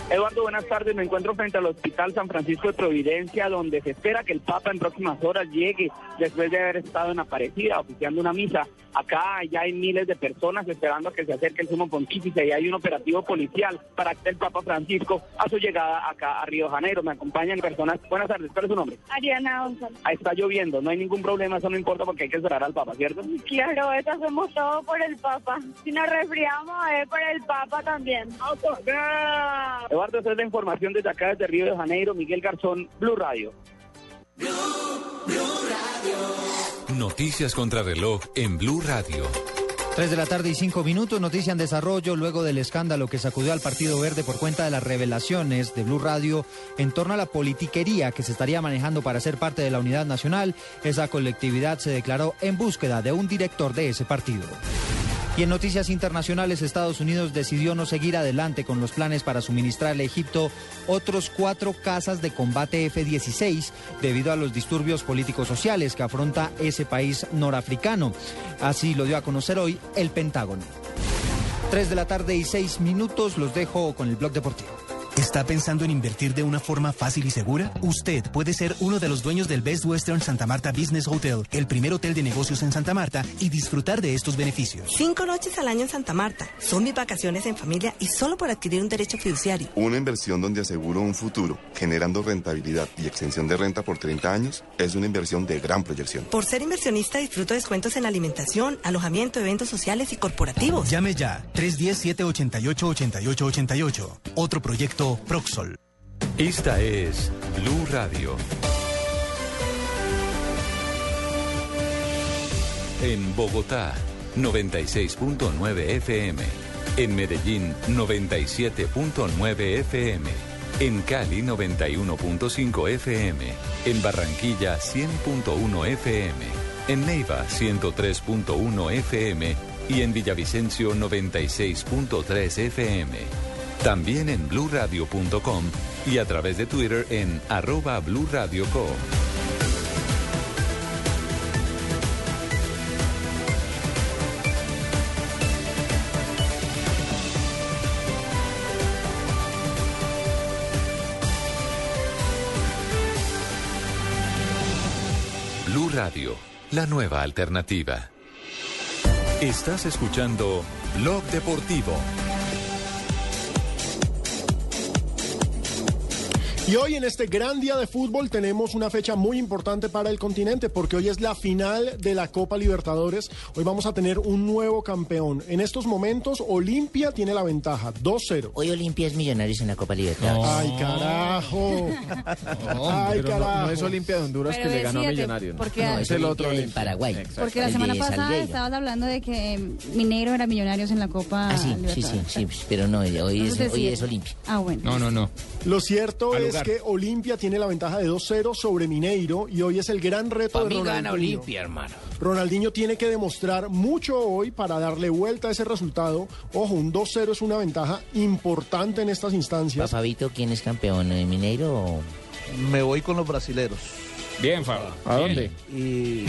Eduardo, buenas tardes. Me encuentro frente al Hospital San Francisco de Providencia, donde se espera que el Papa en próximas horas llegue después de haber estado en Aparecida, oficiando una misa. Acá ya hay miles de personas esperando a que se acerque el Sumo Pontífice y hay un operativo policial para que el Papa Francisco a su llegada acá a Río de Janeiro. Me acompañan personas. Buenas tardes, ¿cuál es su nombre? Ariana González. Ah, está lloviendo, no hay ningún problema, eso no importa porque hay que esperar al Papa, ¿cierto? Claro, eso hacemos todo por el Papa. Si nos resfriamos es por el Papa también. Eduardo, esta es la información desde acá, desde Río de Janeiro. Miguel Garzón, Blue Radio. Blue, Blue Radio. Noticias contra reloj en Blue Radio. Tres de la tarde y cinco minutos, noticia en desarrollo luego del escándalo que sacudió al Partido Verde por cuenta de las revelaciones de Blue Radio en torno a la politiquería que se estaría manejando para ser parte de la Unidad Nacional. Esa colectividad se declaró en búsqueda de un director de ese partido. Y en noticias internacionales, Estados Unidos decidió no seguir adelante con los planes para suministrarle a Egipto otros cuatro cazas de combate F dieciséis debido a los disturbios políticos sociales que afronta ese país norafricano. Así lo dio a conocer hoy el Pentágono. Tres de la tarde y seis minutos, los dejo con el Blog Deportivo. ¿Está pensando en invertir de una forma fácil y segura? Usted puede ser uno de los dueños del Best Western Santa Marta Business Hotel, el primer hotel de negocios en Santa Marta, y disfrutar de estos beneficios. Cinco noches al año en Santa Marta. Son mis vacaciones en familia y solo por adquirir un derecho fiduciario. Una inversión donde aseguro un futuro, generando rentabilidad y extensión de renta por treinta años, es una inversión de gran proyección. Por ser inversionista, disfruto descuentos en alimentación, alojamiento, eventos sociales y corporativos. Llame ya, tres uno cero, siete ocho ocho, ocho ocho ocho ocho. Otro proyecto Proxol. Esta es Blue Radio. En Bogotá, noventa y seis punto nueve F M. En Medellín, noventa y siete punto nueve F M. En Cali, noventa y uno punto cinco F M. En Barranquilla, cien punto uno F M. En Neiva, ciento tres punto uno F M. Y en Villavicencio, noventa y seis punto tres F M. También en blue radio punto com y a través de Twitter en arroba Blue Radio Co. Blue Radio, la nueva alternativa. Estás escuchando Blog Deportivo. Y hoy en este gran día de fútbol tenemos una fecha muy importante para el continente porque hoy es la final de la Copa Libertadores. Hoy vamos a tener un nuevo campeón. En estos momentos Olimpia tiene la ventaja, dos cero. Hoy Olimpia es Millonarios en la Copa Libertadores. No. ¡Ay, carajo! No, ¡Ay, pero carajo! No, no es Olimpia de Honduras Pero que le ganó a decídate, Millonarios. ¿no? porque- No, es el otro Olimpia Olimpia. de Paraguay. Exacto. Porque la El semana de pasada Salgueiro. estabas hablando de que Mineiro era Millonarios en la Copa Ah, sí, sí, Libertadores. sí, sí, pero no, hoy es, Entonces hoy sí. es Olimpia. Ah, bueno. No, no, no. Lo cierto Al es lugar. que Olimpia tiene la ventaja de dos cero sobre Mineiro y hoy es el gran reto Para de mí gana Ronaldinho. Olimpia, hermano. Ronaldinho tiene que demostrar mucho hoy para darle vuelta a ese resultado. Ojo, un dos cero es una ventaja importante en estas instancias. Fabito, ¿quién es campeón? ¿Eh, ¿Mineiro o...? Me voy con los brasileros. Bien, Fabo. ¿A Bien. dónde? Y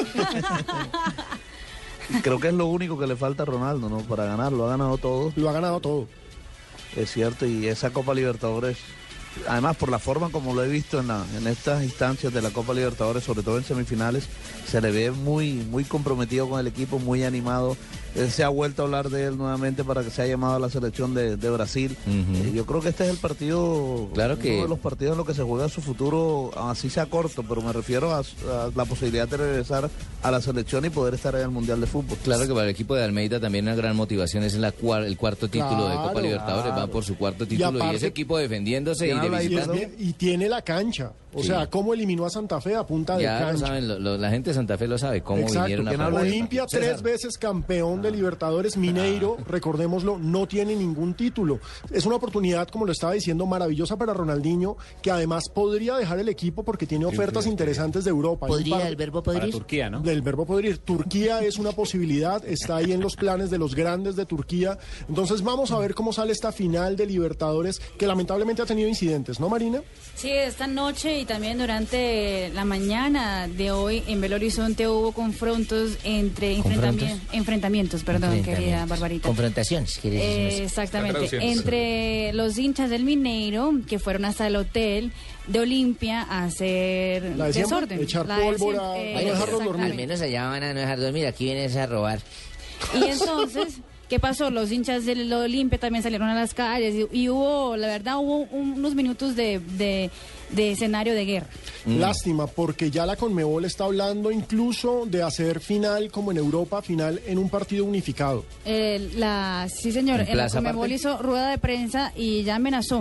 creo que es lo único que le falta a Ronaldo, ¿no? Para ganar, lo ha ganado todo. Lo ha ganado todo. Es cierto, y esa Copa Libertadores, además por la forma como lo he visto en, la, en estas instancias de la Copa Libertadores, sobre todo en semifinales, se le ve muy, muy comprometido con el equipo, muy animado. Eh, se ha vuelto a hablar de él nuevamente para que sea llamado a la selección de, de Brasil. Ujú. Eh, yo creo que este es el partido, Claro que- uno de los partidos en los que se juega su futuro, así sea corto, pero me refiero a, a la posibilidad de regresar a la selección y poder estar en el Mundial de Fútbol. Claro que para el equipo de Almeida también una gran motivación es la cuar- el cuarto título de Copa Claro, Libertadores, claro. va por su cuarto título y, aparte- ese equipo defendiéndose y ¿Quién de habla ahí, Y, es visitante. perdón? bien- y tiene la cancha. O Sí. sea, cómo eliminó a Santa Fe a punta de Ya lo cancha. saben, lo- lo- la gente de Santa Fe lo sabe, cómo Exacto. vinieron a ¿Quién parar. habla ahí? Olimpia, César. tres veces campeón de Libertadores. Mineiro, recordémoslo, no tiene ningún título. Es una oportunidad, como lo estaba diciendo, maravillosa para Ronaldinho, que además podría dejar el equipo porque tiene ofertas interesantes de Europa. Hay un ¿Podría par- el verbo Para podrir? Turquía, ¿no? Del verbo podrir. Turquía es una posibilidad, está ahí en los planes de los grandes de Turquía. Entonces vamos a ver cómo sale esta final de Libertadores, que lamentablemente ha tenido incidencias incidentes, ¿no, Marina? Sí, esta noche y también durante la mañana de hoy en Belo Horizonte hubo confrontos entre enfrentami- enfrentamientos, perdón, querida Barbarita. Confrontaciones, quiere decir Eh, eso. exactamente, entre los hinchas del Mineiro que fueron hasta el hotel de Olimpia a hacer La de siempre, desorden. echar La de pólvora, siempre, no eh, dejarlos dormir. Al exactamente. menos allá van a no dejar dormir, aquí vienes a robar. Y entonces, ¿qué pasó? Los hinchas del Olimpia también salieron a las calles y, y hubo, la verdad, hubo un- unos minutos de, de, de escenario de guerra. Lástima, porque ya la Conmebol está hablando incluso de hacer final, como en Europa, final en un partido unificado. Eh, la, sí, señor, ¿En en la plaza Conmebol aparte? hizo rueda de prensa y ya amenazó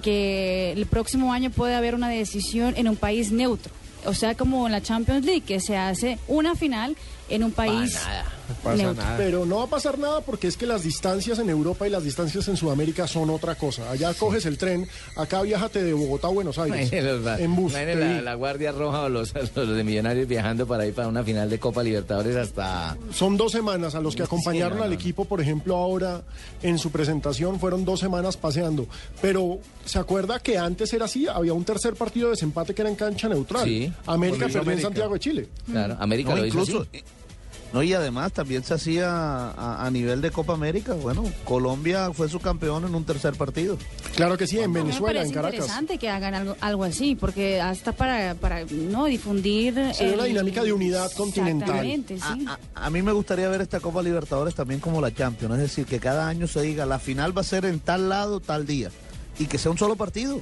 que el próximo año puede haber una decisión en un país neutro. O sea, como en la Champions League, que se hace una final en un país neutro. Pero no va a pasar nada porque es que las distancias en Europa y las distancias en Sudamérica son otra cosa. Allá coges el tren, acá viájate de Bogotá a Buenos Aires. en bus. Imagínate te la, di. la Guardia Roja o los, los de Millonarios viajando para ir para una final de Copa Libertadores hasta... Son dos semanas a los que acompañaron Sí, no, al no. equipo, por ejemplo, ahora en su presentación fueron dos semanas paseando. Pero, ¿se acuerda que antes era así? Había un tercer partido de desempate que era en cancha neutral. Sí. América Por eso perdió en América. Santiago de Chile. Claro, América No, lo hizo incluso, así. No, y además también se hacía a, a nivel de Copa América. Bueno, Colombia fue su campeón en un tercer partido. Claro que sí, en A mí me Venezuela, parece en Caracas. interesante que hagan algo, algo así, porque hasta para, para no difundir... Sería una el- dinámica de unidad continental. Exactamente, sí. A mí me gustaría ver esta Copa Libertadores también como la Champions, es decir, que cada año se diga la final va a ser en tal lado, tal día, y que sea un solo partido.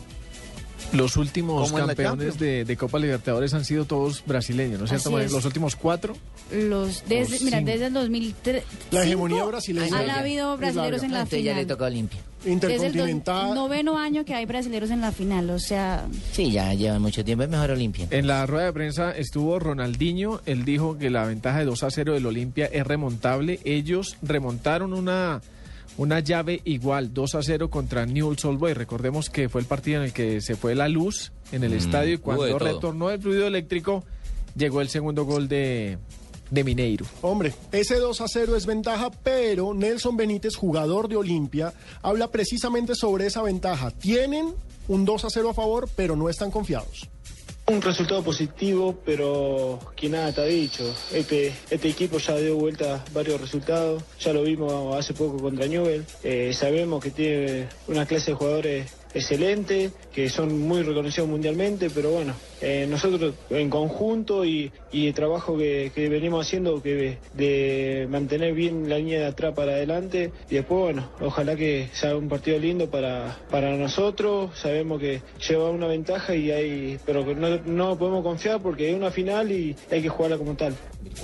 Los últimos Como en la campeones Champions. de, de Copa Libertadores han sido todos brasileños, ¿no es cierto? Así es. Los últimos cuatro. Los desde, Los mira, cinco. desde el dos mil tres. La hegemonía brasileña Han habido es brasileños en la Entonces ya le final. toca a Olimpia. Desde el dos- Intercontinental. noveno año que hay brasileños en la final, o sea... Sí, ya llevan mucho tiempo, es mejor Olimpia. En la rueda de prensa estuvo Ronaldinho, él dijo que la ventaja de dos a cero del Olimpia es remontable. Ellos remontaron una, una llave igual, dos a cero contra Newell's Old Boys. Recordemos que fue el partido en el que se fue la luz en el Mm, estadio y hubo de cuando todo. retornó el fluido eléctrico llegó el segundo gol de, de Mineiro. Hombre, ese dos a cero es ventaja, pero Nelson Benítez, jugador de Olimpia, habla precisamente sobre esa ventaja. Tienen un dos a cero a favor, pero no están confiados. Un resultado positivo, pero que nada está dicho. Este, este equipo ya dio vuelta varios resultados, ya lo vimos hace poco contra Newell. Eh, sabemos que tiene una clase de jugadores excelente, que son muy reconocidos mundialmente, pero bueno, eh, nosotros en conjunto y, y el trabajo que, que venimos haciendo que de mantener bien la línea de atrás para adelante y después bueno, ojalá que sea un partido lindo para, para nosotros. Sabemos que lleva una ventaja y hay, pero que no, no podemos confiar porque es una final y hay que jugarla como tal.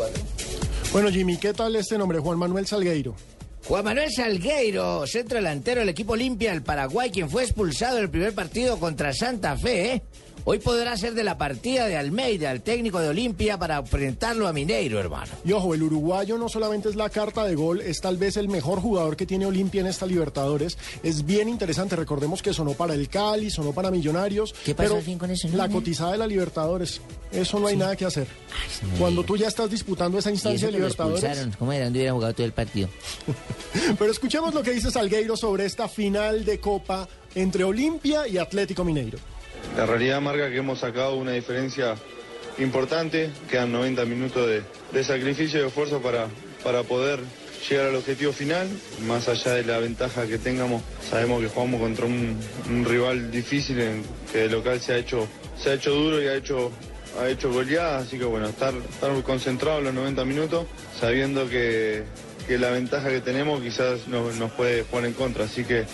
Bueno, Jimmy, ¿qué tal este nombre? Juan Manuel Salgueiro. Juan Manuel Salgueiro, centro delantero del equipo Olimpia del Paraguay, quien fue expulsado en el primer partido contra Santa Fe, ¿eh? Hoy podrá ser de la partida de Almeida, el técnico de Olimpia, para enfrentarlo a Mineiro, hermano. Y ojo, el uruguayo no solamente es la carta de gol, es tal vez el mejor jugador que tiene Olimpia en esta Libertadores. Es bien interesante, recordemos que sonó para el Cali, sonó para Millonarios. ¿Qué pasó pero al fin con eso, no? La cotizada de la Libertadores, eso no hay nada que hacer. Cuando tú ya estás disputando esa Y instancia eso de que lo Libertadores. expulsaron, ¿cómo era? ¿Dónde hubiera jugado todo el partido? Pero escuchemos lo que dice Salgueiro sobre esta final de Copa entre Olimpia y Atlético Mineiro. La realidad marca que hemos sacado una diferencia importante, quedan noventa minutos de, de sacrificio y de esfuerzo para, para poder llegar al objetivo final. Más allá de la ventaja que tengamos, sabemos que jugamos contra un, un rival difícil, en que el local se ha hecho, se ha hecho duro y ha hecho, ha hecho goleadas, así que bueno, estar, estar muy concentrado en los noventa minutos, sabiendo que, que la ventaja que tenemos quizás nos, nos puede jugar en contra, así que...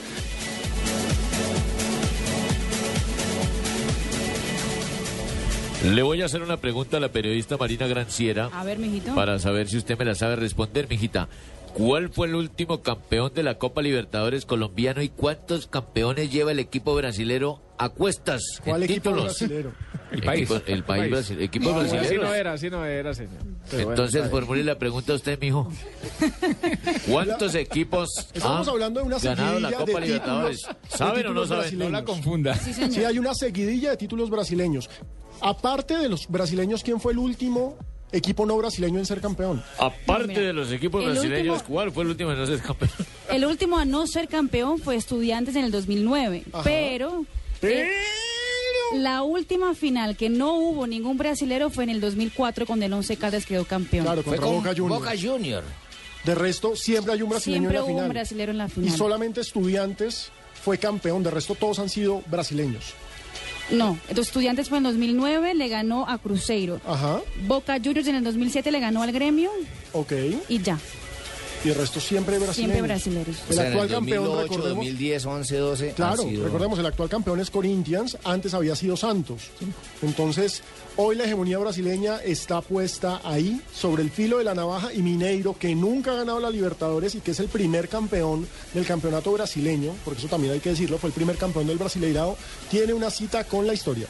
Le voy a hacer una pregunta a la periodista Marina Granciera A ver, mijito. para saber si usted me la sabe responder, mijita. ¿Cuál fue el último campeón de la Copa Libertadores colombiano y cuántos campeones lleva el equipo brasilero a cuestas ¿Cuál en equipo títulos? brasilero? El país. Equipo- el país brasi- equipos No, así brasileños. no era, así no era, señor. Pero bueno, Entonces está bien. formule la pregunta a usted, mijo. ¿Cuántos equipos Estamos han hablando de una ganado la seguidilla Copa de Libertadores? títulos, de ¿Saben o no títulos saben? brasileños. No la confunda. Sí, señor. Sí, hay una seguidilla de títulos brasileños. Aparte de los brasileños, ¿quién fue el último equipo no brasileño en ser campeón? Aparte Mira, de los equipos el brasileños, último- ¿cuál fue el último en no ser campeón? El último a no ser campeón fue Estudiantes en el dos mil nueve, Ajá. pero Pero... La última final que no hubo ningún brasilero fue en el dos mil cuatro cuando el Once Caldas quedó campeón. Claro, contra Boca Juniors. Boca Juniors. De resto, siempre hay un brasileño Siempre en la hubo final. un brasilero en la final. Y solamente Estudiantes fue campeón. De resto, todos han sido brasileños. No, entonces Estudiantes fue en dos mil nueve, le ganó a Cruzeiro. Ajá. Boca Juniors en el dos mil siete le ganó al Gremio. Ok. Y ya. Y el resto siempre brasileños. Siempre brasileños. El O sea, actual en el campeón, dos mil ocho, recordemos. dos mil diez, once, doce. Claro, han sido... recordemos, el actual campeón es Corinthians, antes había sido Santos. Entonces, hoy la hegemonía brasileña está puesta ahí, sobre el filo de la navaja, y Mineiro, que nunca ha ganado la Libertadores y que es el primer campeón del campeonato brasileño, porque eso también hay que decirlo, fue el primer campeón del Brasileirao, tiene una cita con la historia.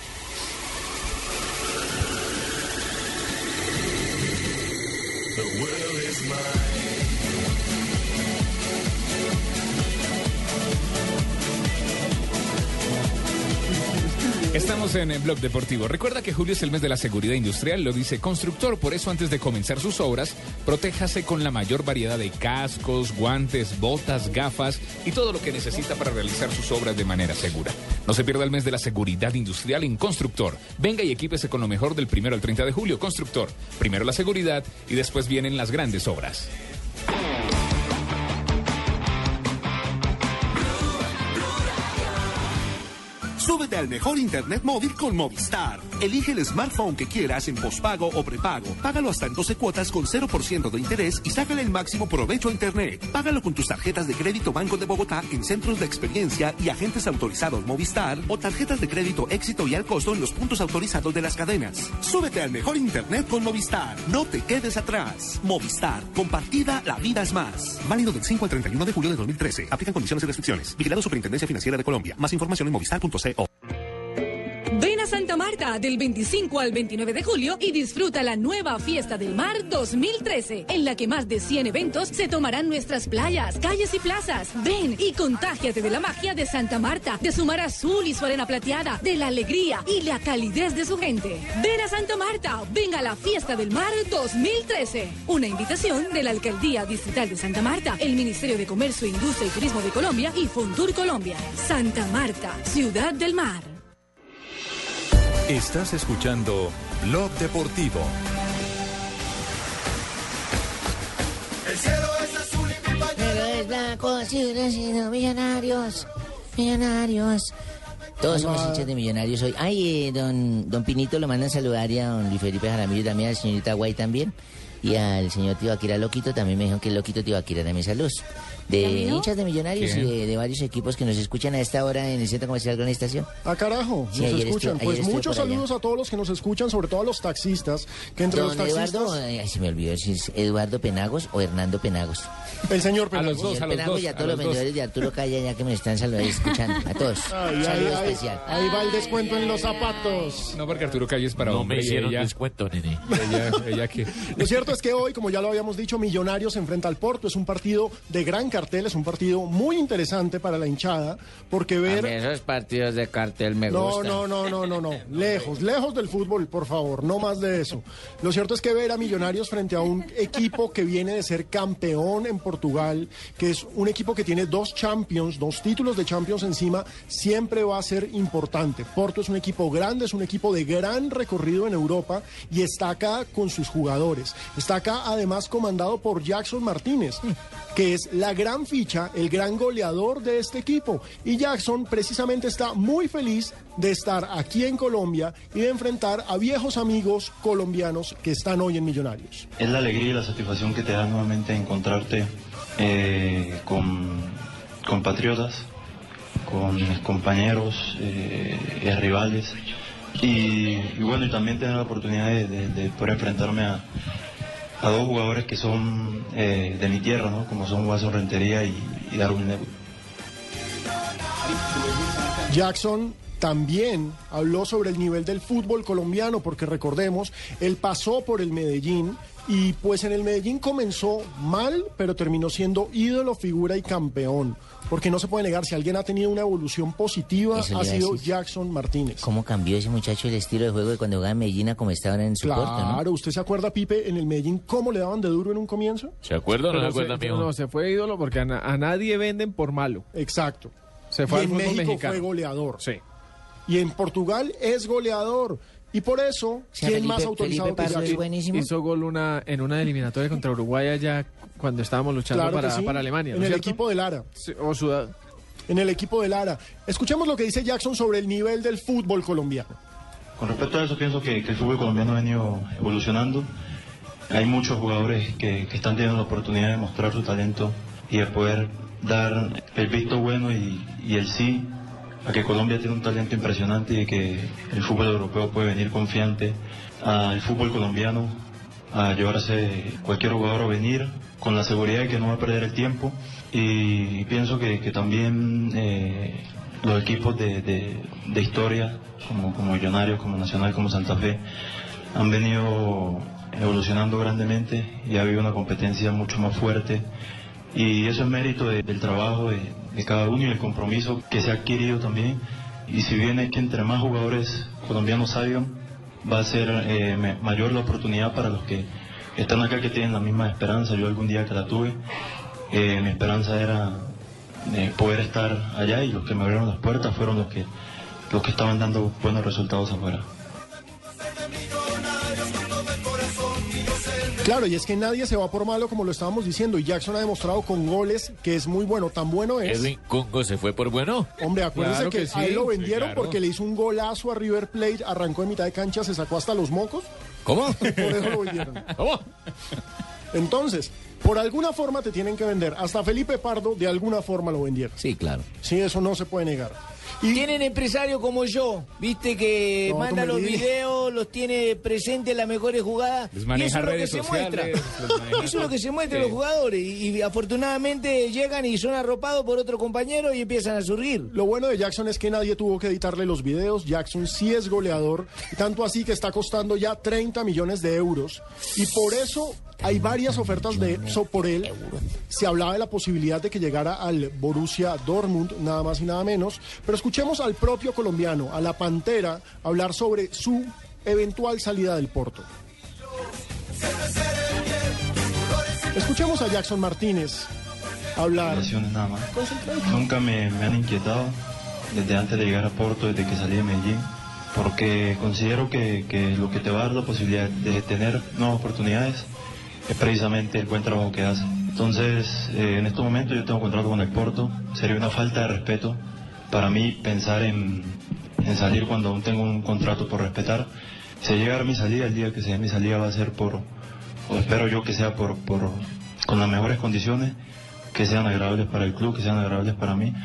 Estamos en el Blog Deportivo. Recuerda que julio es el mes de la seguridad industrial, lo dice Constructor. Por eso, antes de comenzar sus obras, protéjase con la mayor variedad de cascos, guantes, botas, gafas y todo lo que necesita para realizar sus obras de manera segura. No se pierda el mes de la seguridad industrial en Constructor. Venga y equípese con lo mejor del primero al treinta de julio. Constructor. Primero la seguridad y después vienen las grandes obras. Súbete al mejor internet móvil con Movistar. Elige el smartphone que quieras en pospago o prepago. Págalo hasta en doce cuotas con cero por ciento de interés y sácale el máximo provecho a internet. Págalo con tus tarjetas de crédito Banco de Bogotá en centros de experiencia y agentes autorizados Movistar o tarjetas de crédito Éxito y al costo en los puntos autorizados de las cadenas. Súbete al mejor internet con Movistar. No te quedes atrás. Movistar. Compartida, la vida es más. Válido del cinco al treinta y uno de julio de dos mil trece. Aplican condiciones y restricciones. Vigilado Superintendencia Financiera de Colombia. Más información en movistar punto co. Ven a Santa Marta del veinticinco al veintinueve de julio y disfruta la nueva Fiesta del Mar dos mil trece, en la que más de cien eventos se tomarán nuestras playas, calles y plazas. Ven y contágiate de la magia de Santa Marta, de su mar azul y su arena plateada, de la alegría y la calidez de su gente. Ven a Santa Marta, ven a la Fiesta del Mar dos mil trece. Una invitación de la Alcaldía Distrital de Santa Marta, el Ministerio de Comercio, Industria y Turismo de Colombia y Fontur Colombia. Santa Marta, Ciudad del Mar. Estás escuchando Blog Deportivo. El cielo es azul y mi pañuelo Pero es blanco, sigue siendo millonarios, millonarios. Todos somos hinchas de Millonarios hoy. Ay, eh, don, don Pinito lo mandan saludar y a don Luis Felipe Jaramillo también, a la señorita Guay también. Y al señor Tibaquira Loquito también me dijeron que el Loquito Tibaquira también saludos. De hinchas de Millonarios ¿Qué? y de, de varios equipos que nos escuchan a esta hora en el Centro Comercial Gran Estación. Ah, carajo, Sí, nos ayer escuchan. estuve- Pues ayer estuve muchos por allá. saludos a todos los que nos escuchan, sobre todo a los taxistas, que entre Don los taxistas... Eduardo, ay, se me olvidó si es Eduardo Penagos o Hernando Penagos. El señor Penagos. El señor Penagos y a todos los vendedores de Arturo Calla ya que me están saludando, escuchando. A todos. Ay, Un ay, saludo ay, especial. ahí va el descuento en los zapatos. No, porque Arturo Calle es para No hombre me y hicieron ella- descuento, nene. Ella, ella que... Lo cierto es que hoy, como ya lo habíamos dicho, Millonarios se enfrenta al Porto. Es un partido de gran cartel, es un partido muy interesante para la hinchada, porque A mí ver... esos partidos de cartel me No, gustan. no, no, no, no, no. Lejos, lejos del fútbol, por favor, no más de eso. Lo cierto es que ver a Millonarios frente a un equipo que viene de ser campeón en Portugal, que es un equipo que tiene dos Champions, dos títulos de Champions encima, siempre va a ser importante. Porto es un equipo grande, es un equipo de gran recorrido en Europa y está acá con sus jugadores. Está acá además comandado por Jackson Martínez, que es la gran ficha, el gran goleador de este equipo. Y Jackson precisamente está muy feliz de estar aquí en Colombia y de enfrentar a viejos amigos colombianos que están hoy en Millonarios. Es la alegría y la satisfacción que te da nuevamente encontrarte eh, con compatriotas, con mis compañeros, eh, y rivales. Y, y bueno, y también tener la oportunidad de, de- de poder enfrentarme a, a dos jugadores que son eh, de mi tierra, ¿no? Como son Guaso Rentería y, y Darwin Nebula. Jackson también habló sobre el nivel del fútbol colombiano, porque recordemos, él pasó por el Medellín y pues en el Medellín comenzó mal, pero terminó siendo ídolo, figura y campeón. Porque no se puede negar, si alguien ha tenido una evolución positiva, Eso le ha iba a sido decir. Jackson Martínez. ¿Cómo cambió ese muchacho el estilo de juego de cuando jugaba en Medellín a como está ahora en su Porto, ¿no? Claro, ¿usted se acuerda, Pipe, en el Medellín cómo le daban de duro en un comienzo? ¿Se acuerda o no se Pero acuerda, se, mijo? no, se fue ídolo porque a, na- a nadie venden por malo. Exacto. Se fue y al en fútbol México mexicano. fue goleador. Sí. Y en Portugal es goleador. Y por eso, sea, ¿quién Felipe- más autorizado Felipe que Pardo es Jackson? buenísimo. Hizo gol una, en una eliminatoria contra Uruguay allá cuando estábamos luchando Claro que para, sí, para Alemania. en ¿no es el cierto? equipo de Lara. Sí, o Sudad. En el equipo de Lara. Escuchemos lo que dice Jackson sobre el nivel del fútbol colombiano. Con respecto a eso, pienso que, que el fútbol colombiano ha venido evolucionando. Hay muchos jugadores que, que están teniendo la oportunidad de mostrar su talento y de poder dar el visto bueno y, y el sí a que Colombia tiene un talento impresionante y que el fútbol europeo puede venir confiante al fútbol colombiano, a llevarse cualquier jugador a venir con la seguridad de que no va a perder el tiempo. Y pienso que, que también eh, los equipos de, de, de historia, como, como Millonarios, como Nacional, como Santa Fe, han venido evolucionando grandemente y ha habido una competencia mucho más fuerte. Y eso es mérito de, del trabajo de, de cada uno y el compromiso que se ha adquirido también. Y si bien es que entre más jugadores colombianos salgan, va a ser eh, me, mayor la oportunidad para los que están acá, que tienen la misma esperanza. Yo algún día que la tuve, eh, mi esperanza era eh, poder estar allá, y los que me abrieron las puertas fueron los que, los que estaban dando buenos resultados afuera. Claro, y es que nadie se va por malo, como lo estábamos diciendo, y Jackson ha demostrado con goles que es muy bueno. Tan bueno es... ¿Edwin Congo se fue por bueno? Hombre, acuérdense Claro que, que sí, a él lo sí, vendieron claro. porque le hizo un golazo a River Plate, arrancó en mitad de cancha, se sacó hasta los mocos. ¿Cómo? Por eso lo vendieron. ¿Cómo? Entonces, por alguna forma te tienen que vender. Hasta Felipe Pardo, de alguna forma lo vendieron. Sí, claro. Sí, eso no se puede negar. Y Tienen empresario como yo, viste que No, manda tú me los digas. videos, los tiene presentes en las mejores jugadas. Les Y maneja eso es lo que redes se sociales, muestra. los maneja- Eso es lo que se muestra en Sí. los jugadores. Y, y afortunadamente llegan y son arropados por otro compañero y empiezan a surgir. lo bueno de Jackson es que nadie tuvo que editarle los videos. Jackson sí es goleador, tanto así que está costando ya treinta millones de euros. Y por eso hay varias ofertas de eso por él. Se hablaba de la posibilidad de que llegara al Borussia Dortmund, nada más y nada menos. Pero escuchemos al propio colombiano, a la Pantera, hablar sobre su eventual salida del Porto. Escuchemos a Jackson Martínez hablar. Lesiones nada más. Concentradito. Nunca me, me han inquietado desde antes de llegar a Porto, desde que salí de Medellín, porque considero que, que lo que te va a dar la posibilidad de tener nuevas oportunidades es precisamente el buen trabajo que haces. Entonces, eh, en estos momentos yo tengo contrato con el Porto. Sería una falta de respeto para mí pensar en, en salir cuando aún tengo un contrato por respetar. Si llega mi salida, el día que sea mi salida va a ser por, o espero yo que sea por, por con las mejores condiciones, que sean agradables para el club, que sean agradables para mí.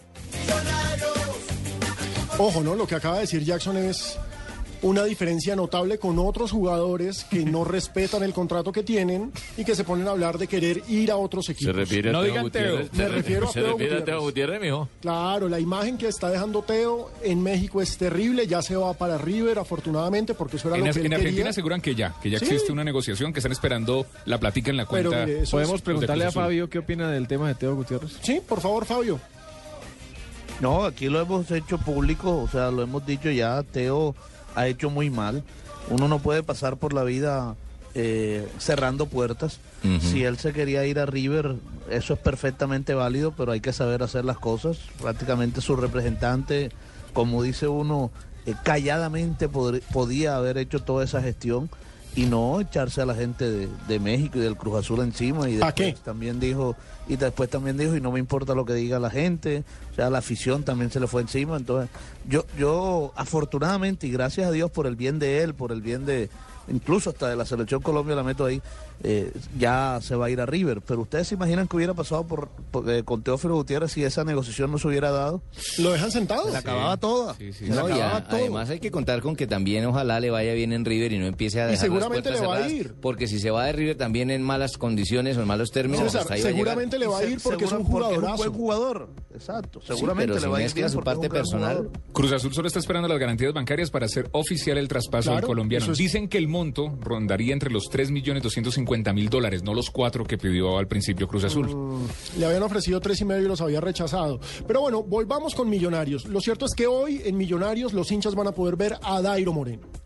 Ojo, ¿no? Lo que acaba de decir Jackson es una diferencia notable con otros jugadores que no respetan el contrato que tienen y que se ponen a hablar de querer ir a otros equipos. Se refiere No a Teo digan Teo. Gutiérrez. Me Se re- refiero a se Teo refiere a Gutiérrez. Teo Gutiérrez, mijo. Claro, la imagen que está dejando Teo en México es terrible, ya se va para River afortunadamente porque eso era En, lo Ar- que él en Argentina quería. aseguran que ya, que ya Sí. existe una negociación, que están esperando la platica en la Pero cuenta. mire, eso Podemos es- preguntarle a Cruz Azul. Fabio qué opina del tema de Teo Gutiérrez. Sí, por favor, Fabio. No, aquí lo hemos hecho público, o sea, lo hemos dicho ya, Teo ha hecho muy mal. Uno no puede pasar por la vida eh, cerrando puertas. Ujú. Si él se quería ir a River, eso es perfectamente válido, pero hay que saber hacer las cosas. Prácticamente su representante, como dice uno, eh, calladamente podr- podía haber hecho toda esa gestión y no echarse a la gente de, de México y del Cruz Azul encima. Y ¿Pa' después qué? también dijo, y después también dijo, y no me importa lo que diga la gente, o sea, la afición también se le fue encima. Entonces, yo, yo afortunadamente, y gracias a Dios por el bien de él, por el bien de, incluso hasta de la selección Colombia, la meto ahí, eh, ya se va a ir a River. Pero ustedes se imaginan que hubiera pasado por, por- eh, con Teófilo Gutiérrez si esa negociación no se hubiera dado. ¿Lo dejan sentado? Se la acababa toda. Sí, sí, Se la No, y acababa a- todo. además hay que contar con que también ojalá le vaya bien en River y no empiece a Y dejar seguramente las le puertas va a cerradas, ir. porque si se va de River también en malas condiciones o en malos términos, César, hasta ahí va a llegar. seguramente le va a ir porque es un Seguro- porque jugadorazo. buen jugador. Exacto. Sí, Seguramente pero le si va a ir mezcla bien su porque es un parte gran personal. jugador. Cruz Azul solo está esperando las garantías bancarias para hacer oficial el traspaso Claro, del colombiano. eso es- Dicen que el monto rondaría entre los tres millones doscientos cincuenta mil dólares, no los cuatro que pidió al principio Cruz Azul. Le habían ofrecido tres y medio y los había rechazado. Pero bueno, volvamos con Millonarios. Lo cierto es que hoy en Millonarios los hinchas van a poder ver a Dairo Moreno.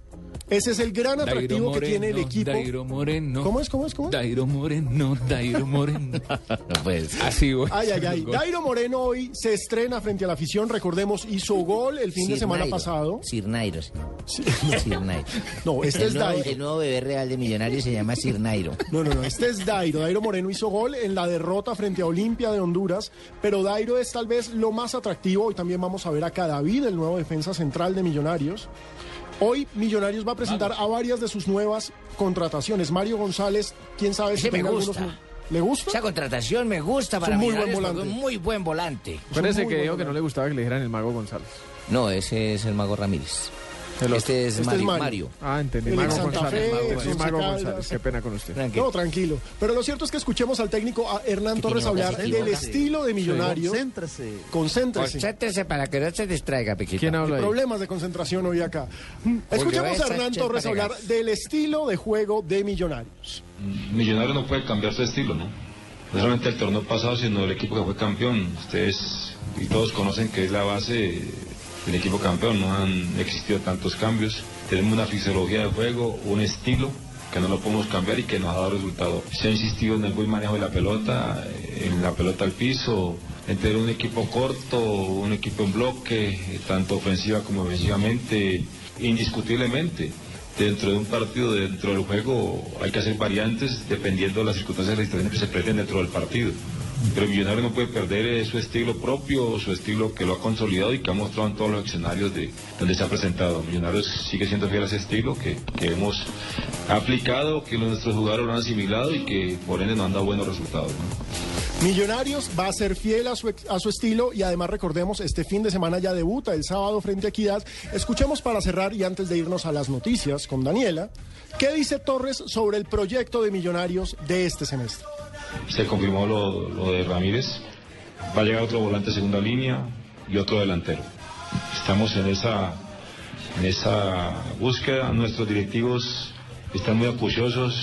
Ese es el gran atractivo Dairo que tiene el Moreno, equipo. Dairo Moreno. ¿Cómo es? ¿Cómo es? ¿Cómo es? Dairo Moreno, Dairo Moreno. No puede ser. Así, güey. Ay, ay, ay. Dairo Moreno hoy se estrena frente a la afición. Recordemos, hizo gol el fin de semana Nairo. pasado. Sir Nairo. Sí. Sir Nairo. No, este el es nuevo, Dairo. El nuevo bebé real de Millonarios se llama Sir Nairo. No, no, no, este es Dairo. Dairo Moreno hizo gol en la derrota frente a Olimpia de Honduras, pero Dairo es tal vez lo más atractivo. Hoy también vamos a ver a Cadavid, el nuevo defensa central de Millonarios. Hoy Millonarios va a presentar a varias de sus nuevas contrataciones. Mario González, quién sabe si Ese me tenga gusta. algunos... ¿Le gusta? Esa contratación me gusta Es para un muy buen Millonarios porque volante. es un muy buen volante. Parece muy que buen dijo que no volante. le gustaba que le dijeran el Mago González. No, ese es el Mago Ramírez. El Este es Este es Mario. Mario. Mario. Ah, entendí. El Mago ex Santa González. Fe, Mago, ex sí, Once Mago Caldas. González. Qué pena con usted. No, tranquilo. Pero lo cierto es que escuchemos al técnico a Hernán Torres equivoca, hablar se del equivoca. estilo de Millonarios. Concéntrese. Concéntrese. Concéntrese para que no se distraiga, Piquito. ¿Quién habla ahí? Problemas de concentración hoy acá. Escuchemos a esa Hernán chepa Torres de hablar gas. del estilo de juego de Millonarios. Millonario no puede cambiar su estilo, ¿no? No solamente el torneo pasado, sino el equipo que fue campeón. Ustedes y todos conocen que es la base del equipo campeón. No han existido tantos cambios. Tenemos una fisiología de juego, un estilo que no lo podemos cambiar y que nos ha dado resultado. Se ha insistido en el buen manejo de la pelota, en la pelota al piso, en tener un equipo corto, un equipo en bloque, tanto ofensiva como defensivamente, indiscutiblemente. Dentro de un partido, dentro del juego, hay que hacer variantes dependiendo de las circunstancias y las situaciones que se presenten dentro del partido. Pero el Millonario no puede perder eh, su estilo propio, su estilo que lo ha consolidado y que ha mostrado en todos los escenarios de donde se ha presentado. Millonarios sigue siendo fiel a ese estilo que, que hemos aplicado, que nuestros jugadores lo han asimilado y que por ende nos han dado buenos resultados, ¿no? Millonarios va a ser fiel a su, ex- a su estilo y además recordemos, este fin de semana ya debuta el sábado frente a Equidad. Escuchemos para cerrar y antes de irnos a las noticias con Daniela, ¿qué dice Torres sobre el proyecto de Millonarios de este semestre? Se confirmó lo, lo de Ramírez, va a llegar otro volante de segunda línea y otro delantero. Estamos en esa, en esa búsqueda, nuestros directivos están muy acuciosos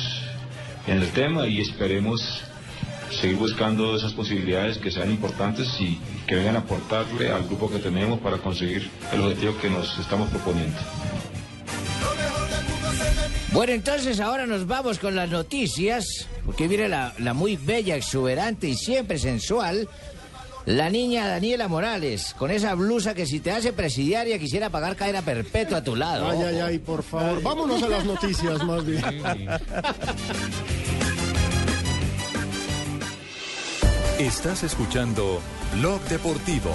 en el tema y esperemos seguir buscando esas posibilidades que sean importantes y que vengan a aportarle al grupo que tenemos para conseguir el objetivo que nos estamos proponiendo. Bueno, entonces ahora nos vamos con las noticias, porque viene la, la muy bella, exuberante y siempre sensual, la niña Daniela Morales, con esa blusa que si te hace presidiaria quisiera pagar cadena perpetua a tu lado. Ay, ay, ay, por favor, vámonos a las noticias más bien. Estás escuchando Blog Deportivo.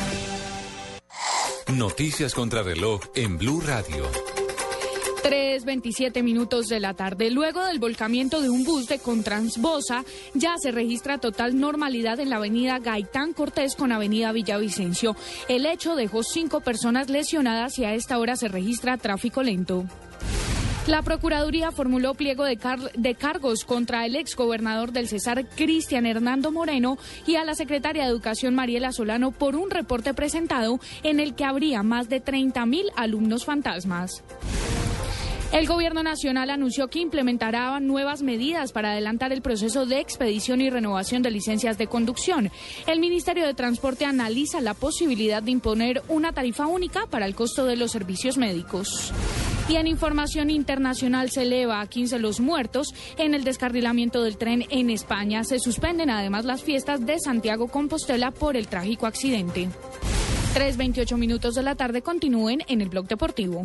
Noticias contra reloj en Blue Radio. tres veintisiete minutos de la tarde. Luego del volcamiento de un bus de Contransbosa, ya se registra total normalidad en la avenida Gaitán Cortés con avenida Villavicencio. El hecho dejó cinco personas lesionadas y a esta hora se registra tráfico lento. La Procuraduría formuló pliego de, car- de cargos contra el exgobernador del Cesar, Cristian Hernando Moreno, y a la secretaria de Educación, Mariela Solano, por un reporte presentado en el que habría más de treinta mil alumnos fantasmas. El Gobierno Nacional anunció que implementará nuevas medidas para adelantar el proceso de expedición y renovación de licencias de conducción. El Ministerio de Transporte analiza la posibilidad de imponer una tarifa única para el costo de los servicios médicos. Y en información internacional se eleva a quince los muertos en el descarrilamiento del tren en España. Se suspenden además las fiestas de Santiago Compostela por el trágico accidente. tres veintiocho minutos de la tarde, continúen en el Blog Deportivo.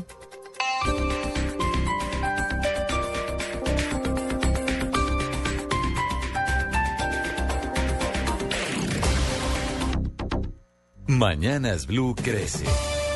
Mañanas Blue crece.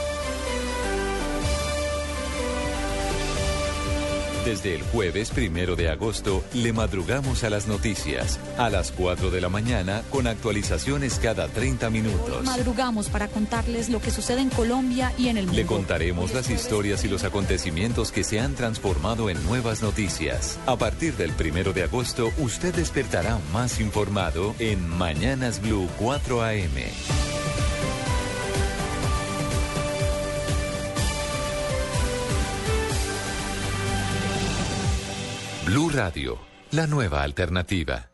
Desde el jueves primero de agosto le madrugamos a las noticias a las cuatro de la mañana con actualizaciones cada treinta minutos. Madrugamos para contarles lo que sucede en Colombia y en el mundo. Le contaremos las historias y los acontecimientos que se han transformado en nuevas noticias. A partir del primero de agosto, usted despertará más informado en Mañanas Blue cuatro A M. Blue Radio, la nueva alternativa.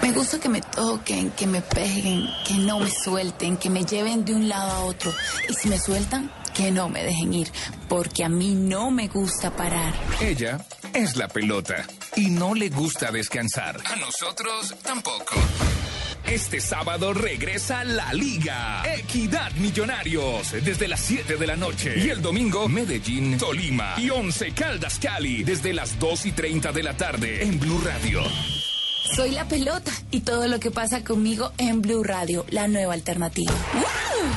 Me gusta que me toquen, que me peguen, que no me suelten, que me lleven de un lado a otro. Y si me sueltan, que no me dejen ir, porque a mí no me gusta parar. Ella es la pelota y no le gusta descansar. A nosotros tampoco. Este sábado regresa la Liga. Equidad Millonarios desde las siete de la noche. Y el domingo, Medellín, Tolima y Once Caldas Cali desde las dos y treinta de la tarde en Blue Radio. Soy la pelota y todo lo que pasa conmigo en Blue Radio, la nueva alternativa. ¡Wow!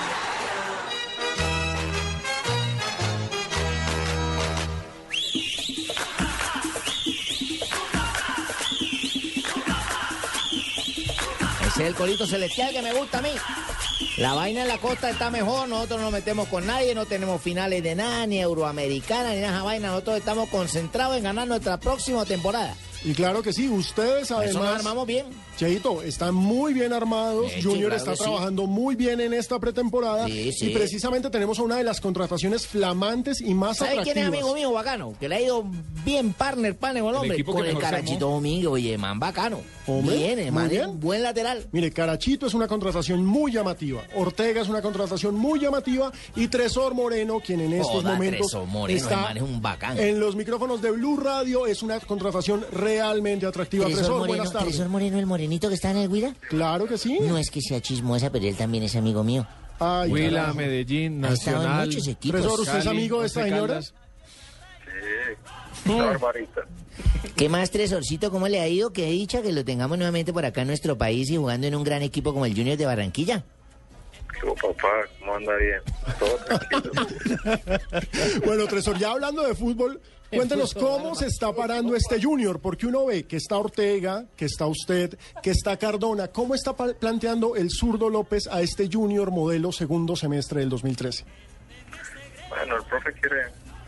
Ese es el colito celestial que me gusta a mí. La vaina en la costa está mejor, nosotros no nos metemos con nadie, no tenemos finales de nada, ni euroamericana, ni nada de esa vaina. Nosotros estamos concentrados en ganar nuestra próxima temporada. Y claro que sí, ustedes además... Eso nos armamos bien. Cheito, están muy bien armados, Sí, Junior claro está que sí. trabajando muy bien en esta pretemporada Sí, sí. y precisamente tenemos una de las contrataciones flamantes y más ¿Sabes atractivas. quién es amigo mío bacano? Que le ha ido bien partner, pane con el hombre. equipo Con que el mejor se Carachito Domingo, oye, man bacano. Hombre, bien, muy man, bien. buen lateral. Mire, Carachito es una contratación muy llamativa, Ortega es una contratación muy llamativa y Tresor Moreno, quien en estos Joda, momentos Tresor Moreno, está el man es un bacán. en los micrófonos de Blue Radio, es una contratación realmente atractiva. Tresor Tresor, Moreno, buenas tardes. Tresor Moreno, el morenito que está en el Huila. Claro que sí. No es que sea chismosa, pero él también es amigo mío. Ay, Huila, carajo. Medellín, Ha estado en Nacional. muchos equipos. Tresor, ¿usted es Cali, amigo de esta Once señora? Caldas. Sí, barbarita. ¿Qué más, Tresorcito? ¿Cómo le ha ido? Qué dicha que lo tengamos nuevamente por acá en nuestro país y jugando en un gran equipo como el Junior de Barranquilla. Yo, papá, ¿cómo anda bien? Todo tranquilo. Bueno, Tresor, ya hablando de fútbol, cuéntenos cómo se está parando este Junior, porque uno ve que está Ortega, que está usted, que está Cardona. ¿Cómo está pa- planteando el zurdo López a este Junior modelo segundo semestre del dos mil trece? Bueno, el profe quiere,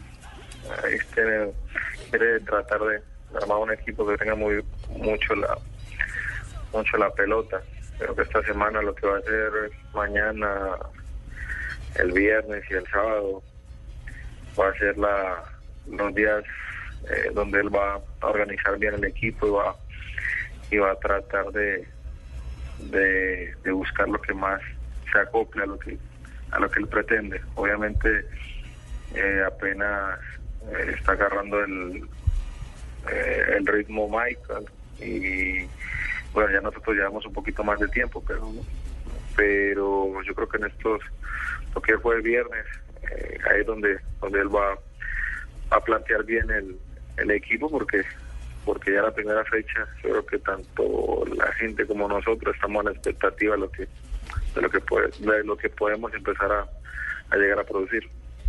este, quiere tratar de armar un equipo que tenga muy mucho la mucho la pelota. Creo que esta semana lo que va a hacer es mañana, el viernes y el sábado va a ser la, los días eh, donde él va a organizar bien el equipo y va y va a tratar de de, de buscar lo que más se acople a lo que a lo que él pretende. Obviamente eh, apenas eh, está agarrando el eh, el ritmo Michael y bueno, ya nosotros llevamos un poquito más de tiempo, pero pero yo creo que en estos, lo que fue el viernes, eh, ahí es donde donde él va a plantear bien el, el equipo, porque porque ya la primera fecha, yo creo que tanto la gente como nosotros estamos a la expectativa de lo que de lo que puede, de lo que podemos empezar a, a llegar a producir.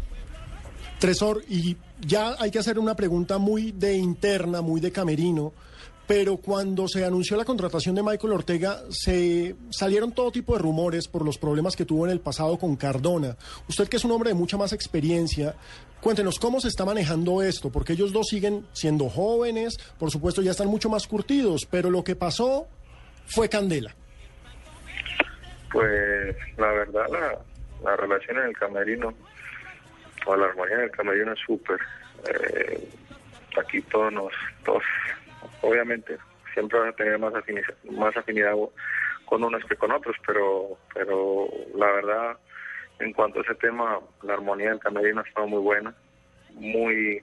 Tresor, y ya hay que hacer una pregunta muy de interna, muy de camerino, pero cuando se anunció la contratación de Michael Ortega, se salieron todo tipo de rumores por los problemas que tuvo en el pasado con Cardona. Usted, que es un hombre de mucha más experiencia, cuéntenos cómo se está manejando esto, porque ellos dos siguen siendo jóvenes, por supuesto ya están mucho más curtidos, pero lo que pasó fue candela. Pues la verdad, la, la relación en el camerino, o la armonía en el camerino es súper. Eh, aquí todos nos, todos, obviamente, siempre van a tener más afinidad, más afinidad con unos que con otros, pero, pero la verdad, en cuanto a ese tema, la armonía del camerino ha estado muy buena, muy,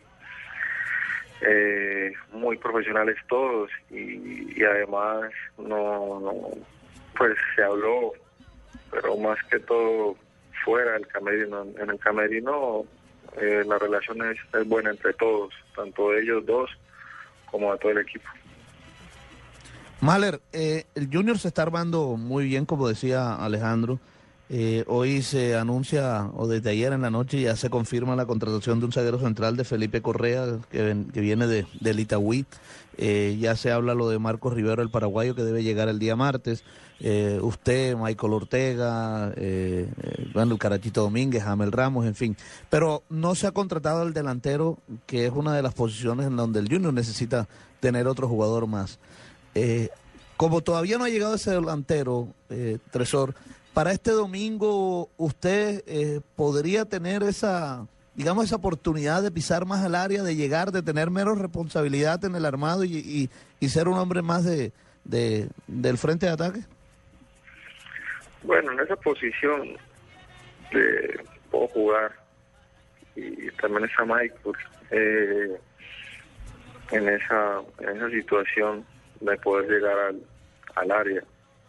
eh, muy profesionales todos, y, y además no, no, pues se habló, pero más que todo fuera del camerino. En el camerino eh, la relación es, es buena entre todos, tanto de ellos dos como de todo el equipo. Mahler, eh, el Junior se está armando muy bien, como decía Alejandro. Eh, hoy se anuncia, o desde ayer en la noche ya se confirma la contratación de un zaguero central de Felipe Correa, que, ven, que viene de, del Itagüí. Eh, ya se habla lo de Marcos Rivero, el paraguayo, que debe llegar el día martes. Eh, usted, Michael Ortega, eh, eh, bueno, el Carachito Domínguez, Amel Ramos, en fin. Pero no se ha contratado al delantero, que es una de las posiciones en donde el Junior necesita tener otro jugador más. Eh, como todavía no ha llegado ese delantero, eh, Tresor, para este domingo usted eh, podría tener esa, digamos, esa oportunidad de pisar más al área, de llegar, de tener menos responsabilidad en el armado y, y, y ser un hombre más de, de, del frente de ataque? Bueno, en esa posición de, puedo jugar y también está Michael eh, en esa en esa situación de poder llegar al, al área.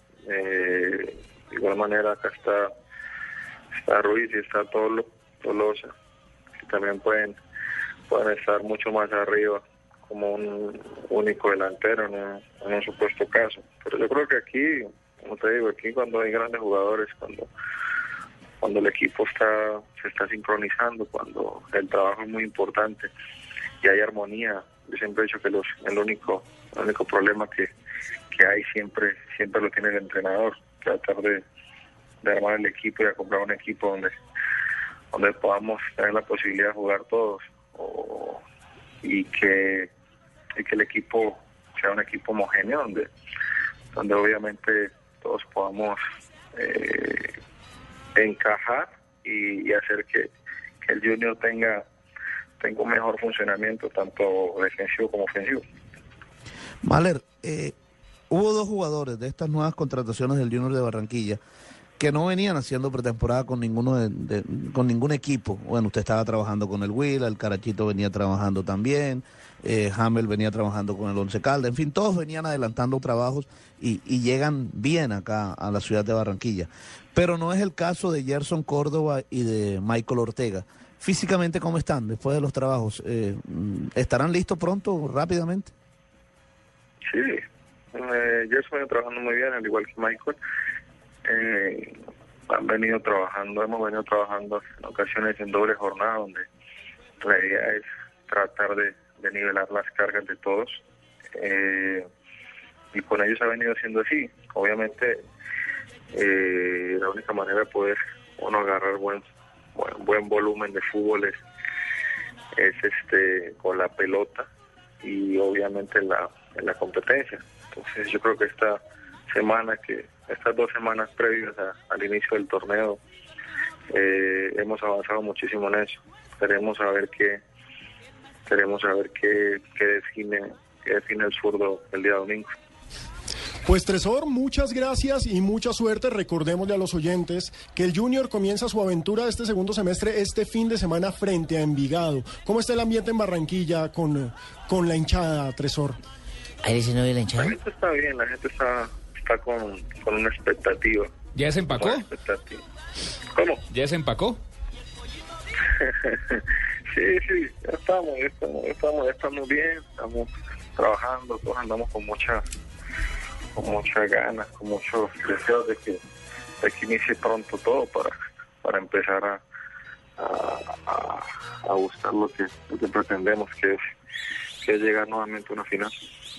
Eh, de igual manera acá está está Ruiz y está Tolo, Tolosa, que también pueden pueden estar mucho más arriba como un único delantero en un, en un supuesto caso. Pero yo creo que aquí, como te digo, aquí cuando hay grandes jugadores, cuando cuando el equipo está se está sincronizando, cuando el trabajo es muy importante y hay armonía, yo siempre he dicho que los el único el único problema que, que hay siempre siempre lo tiene el entrenador, tratar de, de armar el equipo y de comprar un equipo donde donde podamos tener la posibilidad de jugar todos o, y que y que el equipo sea un equipo homogéneo donde donde obviamente todos podamos eh, encajar y, y hacer que, que el Junior tenga tenga un mejor funcionamiento tanto defensivo como ofensivo. Mahler, eh, hubo dos jugadores de estas nuevas contrataciones del Junior de Barranquilla que no venían haciendo pretemporada con ninguno de, de, con ningún equipo. Bueno, usted estaba trabajando con el Huila, el Carachito venía trabajando también, eh, Hamel venía trabajando con el Once Caldas, en fin, todos venían adelantando trabajos y, y llegan bien acá a la ciudad de Barranquilla. Pero no es el caso de Gerson Córdoba y de Michael Ortega. Físicamente, ¿cómo están después de los trabajos? Eh, ¿Estarán listos pronto, rápidamente? Sí, eh, Gerson viene trabajando muy bien, al igual que Michael. Eh, han venido trabajando, hemos venido trabajando en ocasiones en doble jornada, donde la idea es tratar de, de nivelar las cargas de todos. Eh, y con ellos ha venido siendo así. Obviamente, eh, la única manera de poder uno agarrar buen buen, buen volumen de fútbol es, es este con la pelota y obviamente en la, en la competencia. Entonces yo creo que esta semana que estas dos semanas previas a, al inicio del torneo eh, hemos avanzado muchísimo en eso. Queremos saber qué queremos saber qué, qué define qué define el zurdo el día domingo. Pues Tresor, muchas gracias y mucha suerte. Recordémosle a los oyentes que el Junior comienza su aventura de este segundo semestre este fin de semana frente a Envigado. ¿Cómo está el ambiente en Barranquilla con, con la hinchada, Tresor? ¿Ahí se no ve la hinchada? La gente está bien, la gente está está con, con una expectativa. ¿Ya se empacó? ¿Cómo? ¿Ya se empacó? sí, sí, ya estamos, ya estamos, ya estamos, ya estamos bien, estamos trabajando, todos andamos con mucha con muchas ganas, con muchos deseos de que, de que inicie pronto todo para, para empezar a, a, a, a buscar lo que, lo que pretendemos, que es, que es llegar nuevamente a una final.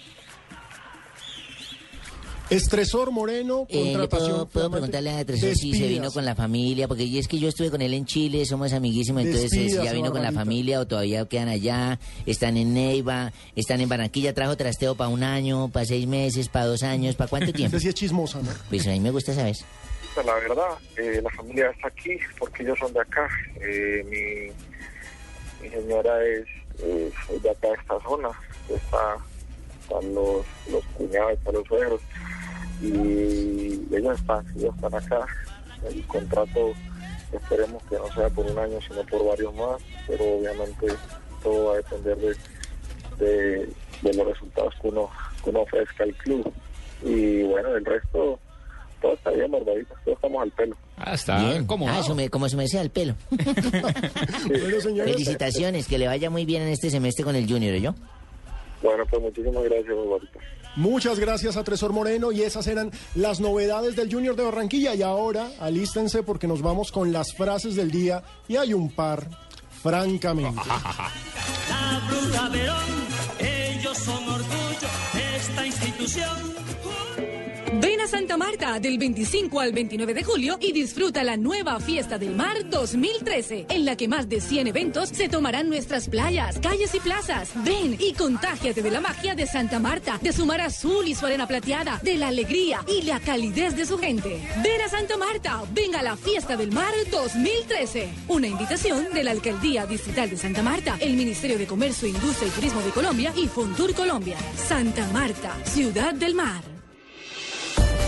Estresor Moreno, contratación. Eh, ¿Puedo, puedo preguntarle a Tresor si se vino con la familia? Porque es que yo estuve con él en Chile, somos amiguísimos, entonces eh, si ya vino con la familia o todavía quedan allá, están en Neiva, están en Barranquilla, trajo trasteo para un año, para seis meses, para dos años, ¿para cuánto tiempo? Usted sí es chismosa, ¿no? Pues a mí me gusta saber. La verdad, eh, la familia está aquí porque ellos son de acá. Eh, mi, mi señora es, es de acá, de esta zona. Está, están los, los cuñados, están los suegros. Y ellos están, ellos están acá. El contrato esperemos que no sea por un año, sino por varios más, pero obviamente todo va a depender de, de, de los resultados que uno, que uno ofrezca al club. Y bueno, el resto, todo está bien, Barbadita, todos estamos al pelo. Ah, está bien. ¿Cómo? Ah, eso me, como se me decía, al pelo. Bueno, señores, felicitaciones, que le vaya muy bien en este semestre con el Junior, ¿yo? Bueno, pues muchísimas gracias, Barbadita. Muchas gracias a Tresor Moreno y esas eran las novedades del Junior de Barranquilla. Y ahora alístense porque nos vamos con las frases del día y hay un par, francamente. La Bruja Verón, ellos son orgullo de esta institución. Ven a Santa Marta del veinticinco al veintinueve de julio y disfruta la nueva Fiesta del Mar dos mil trece, en la que más de cien eventos se tomarán nuestras playas, calles y plazas. Ven y contágiate de la magia de Santa Marta, de su mar azul y su arena plateada, de la alegría y la calidez de su gente. Ven a Santa Marta, ven a la Fiesta del Mar dos mil trece. Una invitación de la Alcaldía Distrital de Santa Marta, el Ministerio de Comercio, Industria y Turismo de Colombia y Fontur Colombia. Santa Marta, Ciudad del Mar.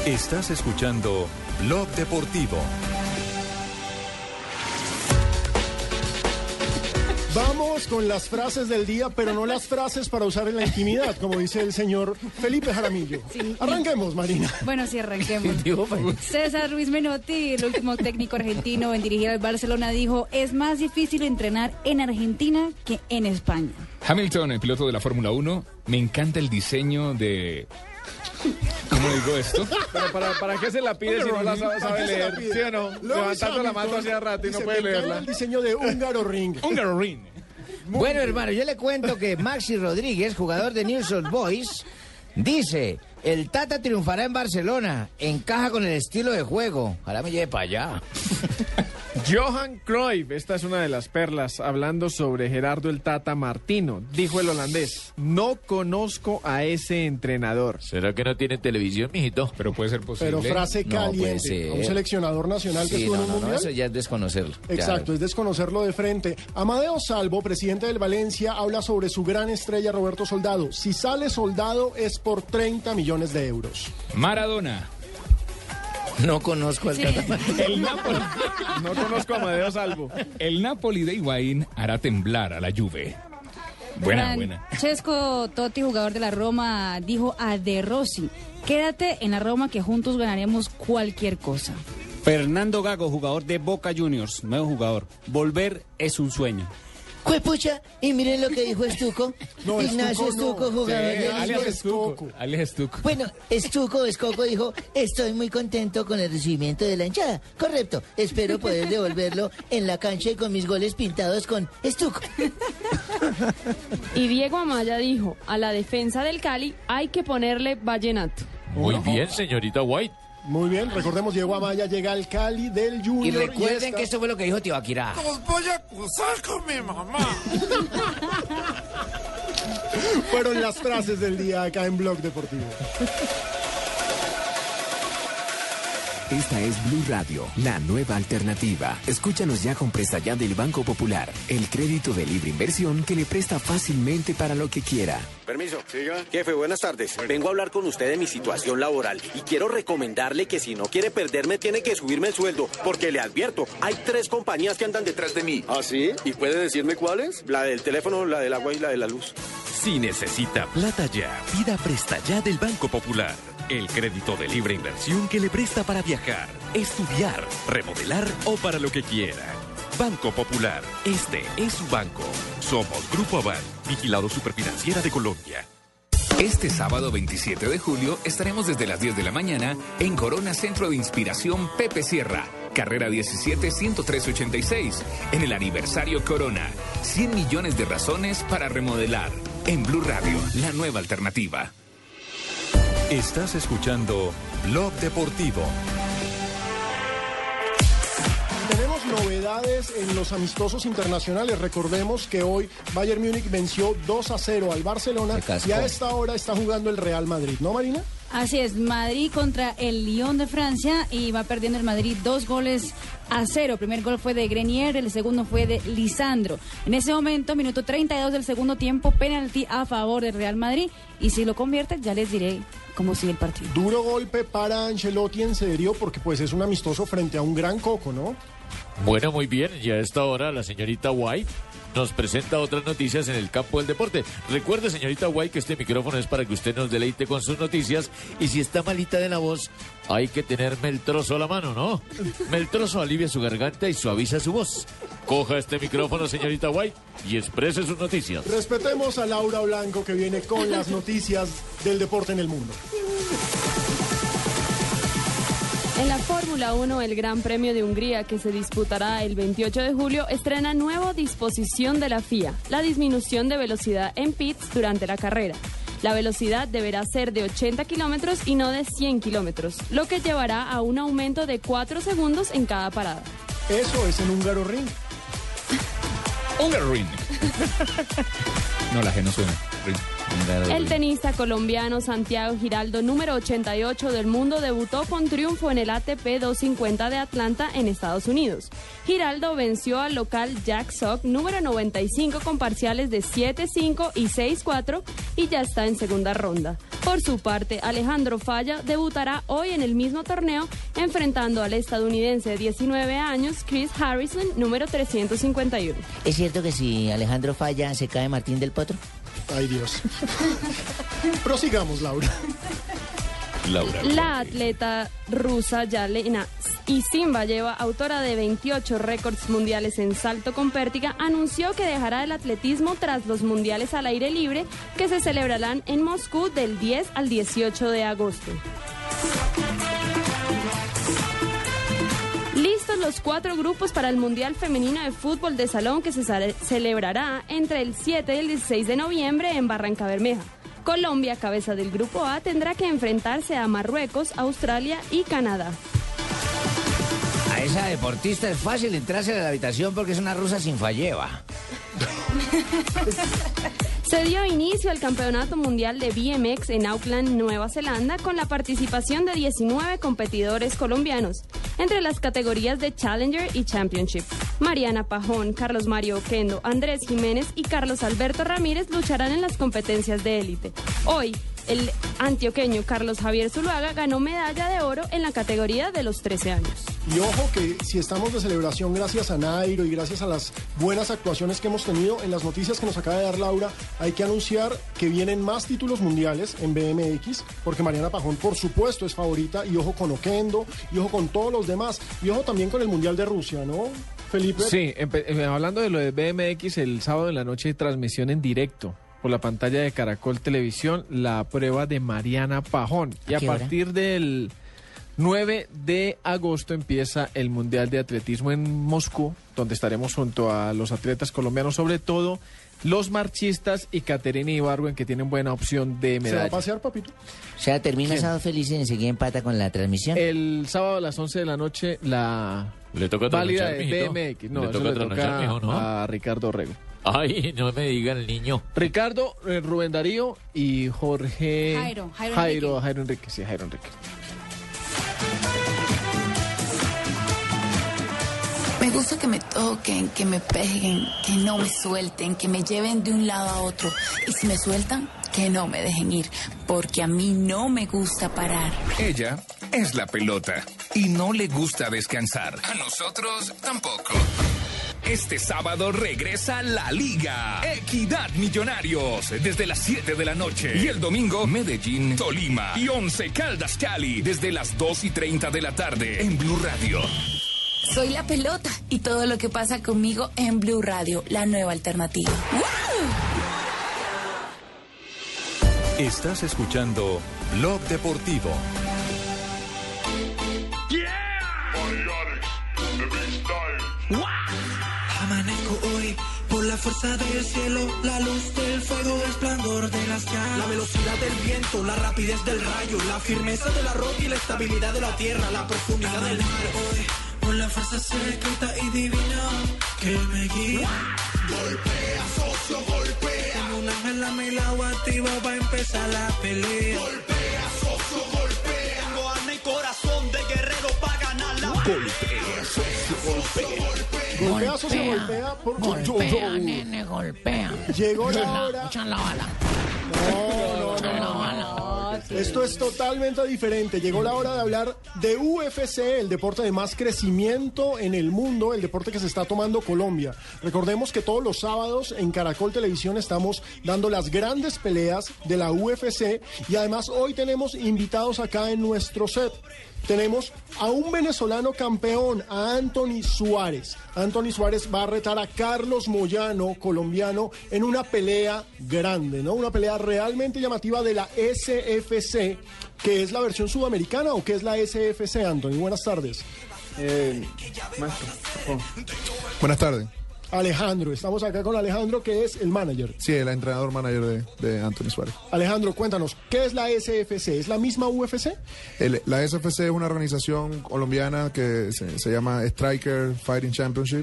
Estás escuchando Blog Deportivo. Vamos con las frases del día, pero no las frases para usar en la intimidad, como dice el señor Felipe Jaramillo. Sí. Arranquemos, Marina. Bueno, sí, arranquemos. César Ruiz Menotti, el último técnico argentino en dirigir al Barcelona, dijo: es más difícil entrenar en Argentina que en España. Hamilton, el piloto de la Fórmula uno, me encanta el diseño de... ¿Cómo digo esto? Pero para, ¿para qué se la pide si no la sabe, sabe leer? ¿Sí o no? Levantando la mano hace rato y no puede leerla. El diseño de Húngaro Ring. Húngaro Ring. Bueno, hermano, yo le cuento que Maxi Rodríguez, jugador de Newell's Old Boys, dice: el Tata triunfará en Barcelona, encaja con el estilo de juego. Ojalá me lleve para allá. Johan Cruyff, esta es una de las perlas, hablando sobre Gerardo el Tata Martino. Dijo el holandés: no conozco a ese entrenador. ¿Será que no tiene televisión, mijito? Pero puede ser posible. Pero frase caliente, no, a un seleccionador nacional sí, que estuvo no, en un no, mundial. no, eso ya es desconocerlo. Exacto, claro. es desconocerlo de frente. Amadeo Salvo, presidente del Valencia, habla sobre su gran estrella Roberto Soldado. Si sale Soldado es por treinta millones de euros. Maradona. No conozco al Tata Martino. El Napoli. No conozco a Amadeo Salvo. El Napoli de Higuaín hará temblar a la Juve. Buena, buena. Francesco Totti, jugador de la Roma, dijo a De Rossi: quédate en la Roma que juntos ganaremos cualquier cosa. Fernando Gago, jugador de Boca Juniors, nuevo jugador. Volver es un sueño. Juepucha, y miren lo que dijo Estuco. No, Ignacio Estuco Estuco, no. jugador Sí, de alias Estuco. Alias Estuco. Bueno, Estuco, Escoco dijo: estoy muy contento con el recibimiento de la hinchada. Correcto, espero poder devolverlo en la cancha y con mis goles pintados con Estuco. Y Diego Amaya dijo: a la defensa del Cali hay que ponerle vallenato. Muy bien, señorita White. Muy bien, recordemos, Diego Amaya llega al Cali del Junior. Y recuerden esta... que esto fue lo que dijo Tibaquirá. Los voy a acusar con mi mamá. Fueron las frases del día acá en Blog Deportivo. Esta es Blue Radio, la nueva alternativa. Escúchanos ya con Presta Ya del Banco Popular, el crédito de libre inversión que le presta fácilmente para lo que quiera. Permiso. Siga. Jefe, buenas tardes. Vengo a hablar con usted de mi situación laboral y quiero recomendarle que si no quiere perderme tiene que subirme el sueldo, porque le advierto, hay tres compañías que andan detrás de mí. ¿Ah, sí? ¿Y puede decirme cuáles? La del teléfono, la del agua y la de la luz. Si necesita plata ya, pida Presta Ya del Banco Popular. El crédito de libre inversión que le presta para viajar, estudiar, remodelar o para lo que quiera. Banco Popular, este es su banco. Somos Grupo Aval, vigilado Superfinanciera de Colombia. Este sábado veintisiete de julio estaremos desde las diez de la mañana en Corona Centro de Inspiración Pepe Sierra, carrera diecisiete, ciento tres ochenta y seis, en el aniversario Corona. cien millones de razones para remodelar. En Blue Radio, la nueva alternativa. Estás escuchando Blog Deportivo. Tenemos novedades en los amistosos internacionales. Recordemos que hoy Bayern Múnich venció dos a cero al Barcelona y a esta hora está jugando el Real Madrid, ¿no, Marina? Así es, Madrid contra el Lyon de Francia y va perdiendo el Madrid dos goles a cero. El primer gol fue de Grenier, el segundo fue de Lisandro. En ese momento, minuto treinta y dos del segundo tiempo, penalti a favor del Real Madrid. Y si lo convierte, ya les diré cómo sigue el partido. Duro golpe para Ancelotti en serio, porque pues es un amistoso frente a un gran coco, ¿no? Bueno, muy bien, y a esta hora la señorita White nos presenta otras noticias en el campo del deporte. Recuerde, señorita White, que este micrófono es para que usted nos deleite con sus noticias, y si está malita de la voz, hay que tener Meltrozo a la mano, ¿no? Meltrozo alivia su garganta y suaviza su voz. Coja este micrófono, señorita White, y exprese sus noticias. Respetemos a Laura Blanco, que viene con las noticias del deporte en el mundo. En la Fórmula uno, el Gran Premio de Hungría, que se disputará el veintiocho de julio, estrena nueva disposición de la F I A, la disminución de velocidad en pits durante la carrera. La velocidad deberá ser de ochenta kilómetros y no de cien kilómetros, lo que llevará a un aumento de cuatro segundos en cada parada. Eso es en Húngaro Ring. Húngaro Ring. No, la G no suena. Ring. El tenista colombiano Santiago Giraldo, número ochenta y ocho del mundo, debutó con triunfo en el A T P doscientos cincuenta de Atlanta en Estados Unidos. Giraldo venció al local Jack Sock, número noventa y cinco, con parciales de siete cinco y seis cuatro, y ya está en segunda ronda. Por su parte, Alejandro Falla debutará hoy en el mismo torneo, enfrentando al estadounidense de diecinueve años, Chris Harrison, número trescientos cincuenta y uno. ¿Es cierto que si Alejandro falla, se cae Martín del Potro? Ay, Dios. Prosigamos, Laura. Laura. La atleta rusa Yelena Isinbayeva, autora de veintiocho récords mundiales en salto con pértiga, anunció que dejará el atletismo tras los mundiales al aire libre que se celebrarán en Moscú del diez al dieciocho de agosto. Listos los cuatro grupos para el Mundial Femenino de Fútbol de Salón que se celebrará entre el siete y el dieciséis de noviembre en Barrancabermeja. Colombia, cabeza del grupo A, tendrá que enfrentarse a Marruecos, Australia y Canadá. A esa deportista es fácil entrarse a la habitación porque es una rusa sin falleva. Se dio inicio al Campeonato Mundial de B M X en Auckland, Nueva Zelanda, con la participación de diecinueve competidores colombianos, entre las categorías de Challenger y Championship. Mariana Pajón, Carlos Mario Oquendo, Andrés Jiménez y Carlos Alberto Ramírez lucharán en las competencias de élite. Hoy, el antioqueño Carlos Javier Zuluaga ganó medalla de oro en la categoría de los trece años. Y ojo que si estamos de celebración gracias a Nairo y gracias a las buenas actuaciones que hemos tenido, en las noticias que nos acaba de dar Laura, hay que anunciar que vienen más títulos mundiales en B M X, porque Mariana Pajón, por supuesto, es favorita, y ojo con Oquendo, y ojo con todos los demás, y ojo también con el Mundial de Rusia, ¿no, Felipe? Sí, hablando de lo de B M X, el sábado en la noche hay transmisión en directo por la pantalla de Caracol Televisión, la prueba de Mariana Pajón. Y a partir del nueve de agosto empieza el Mundial de Atletismo en Moscú, donde estaremos junto a los atletas colombianos, sobre todo los marchistas y Caterina Ibargüen, que tienen buena opción de medalla. ¿Se va a pasear, papito? O sea, termina sábado feliz y enseguida empata con la transmisión. El sábado a las once de la noche, la le toca válida de mijito. B M X. No, le eso toca le toca mijo, ¿no? a Ricardo Orrego. Ay, no me diga el niño. Ricardo, eh, Rubén Darío y Jorge... Jairo, Jairo, Jairo Enrique. Jairo Enrique, sí, Jairo Enrique. Me gusta que me toquen, que me peguen, que no me suelten, que me lleven de un lado a otro. Y si me sueltan, que no me dejen ir, porque a mí no me gusta parar. Ella es la pelota y no le gusta descansar. A nosotros tampoco. Este sábado regresa La Liga. Equidad Millonarios desde las siete de la noche. Y el domingo, Medellín, Tolima y Once Caldas Cali desde las dos y treinta de la tarde en Blue Radio. Soy la pelota y todo lo que pasa conmigo en Blue Radio, la nueva alternativa. Estás escuchando Blog Deportivo. Amanezco hoy por la fuerza del cielo, la luz del fuego, el esplendor de las llamas, la velocidad del viento, la rapidez del rayo, la firmeza de la roca y la estabilidad de la tierra, la profundidad del mar. Hoy por la fuerza secreta y divina que me guía. Golpea, socio, golpea. Como un ángel a mi lado activo va a empezar la pelea. Golpea, socio, golpea. Tengo alma y corazón de guerrero para ganar la pelea. Golpea, socio, golpea. Golpea, socio, golpea. Por... Golpea, nene, golpea. Llegó la hora. Echan la bala. No, no, no, no. Esto es totalmente diferente. Llegó la hora de hablar de U F C, el deporte de más crecimiento en el mundo, el deporte que se está tomando Colombia. Recordemos que todos los sábados en Caracol Televisión estamos dando las grandes peleas de la U F C y además hoy tenemos invitados acá en nuestro set. Tenemos a un venezolano campeón, a Anthony Suárez. Anthony Suárez va a retar a Carlos Moyano, colombiano, en una pelea grande, ¿no? Una pelea realmente llamativa de la S F C, que es la versión sudamericana, ¿o qué es la S F C, Anthony? Buenas tardes. Eh, maestro. Oh. Buenas tardes. Alejandro, estamos acá con Alejandro, que es el manager. Sí, el entrenador manager de, de Anthony Suárez. Alejandro, cuéntanos, ¿qué es la S F C? ¿Es la misma U F C? El, la S F C es una organización colombiana que se, se llama Striker Fighting Championship.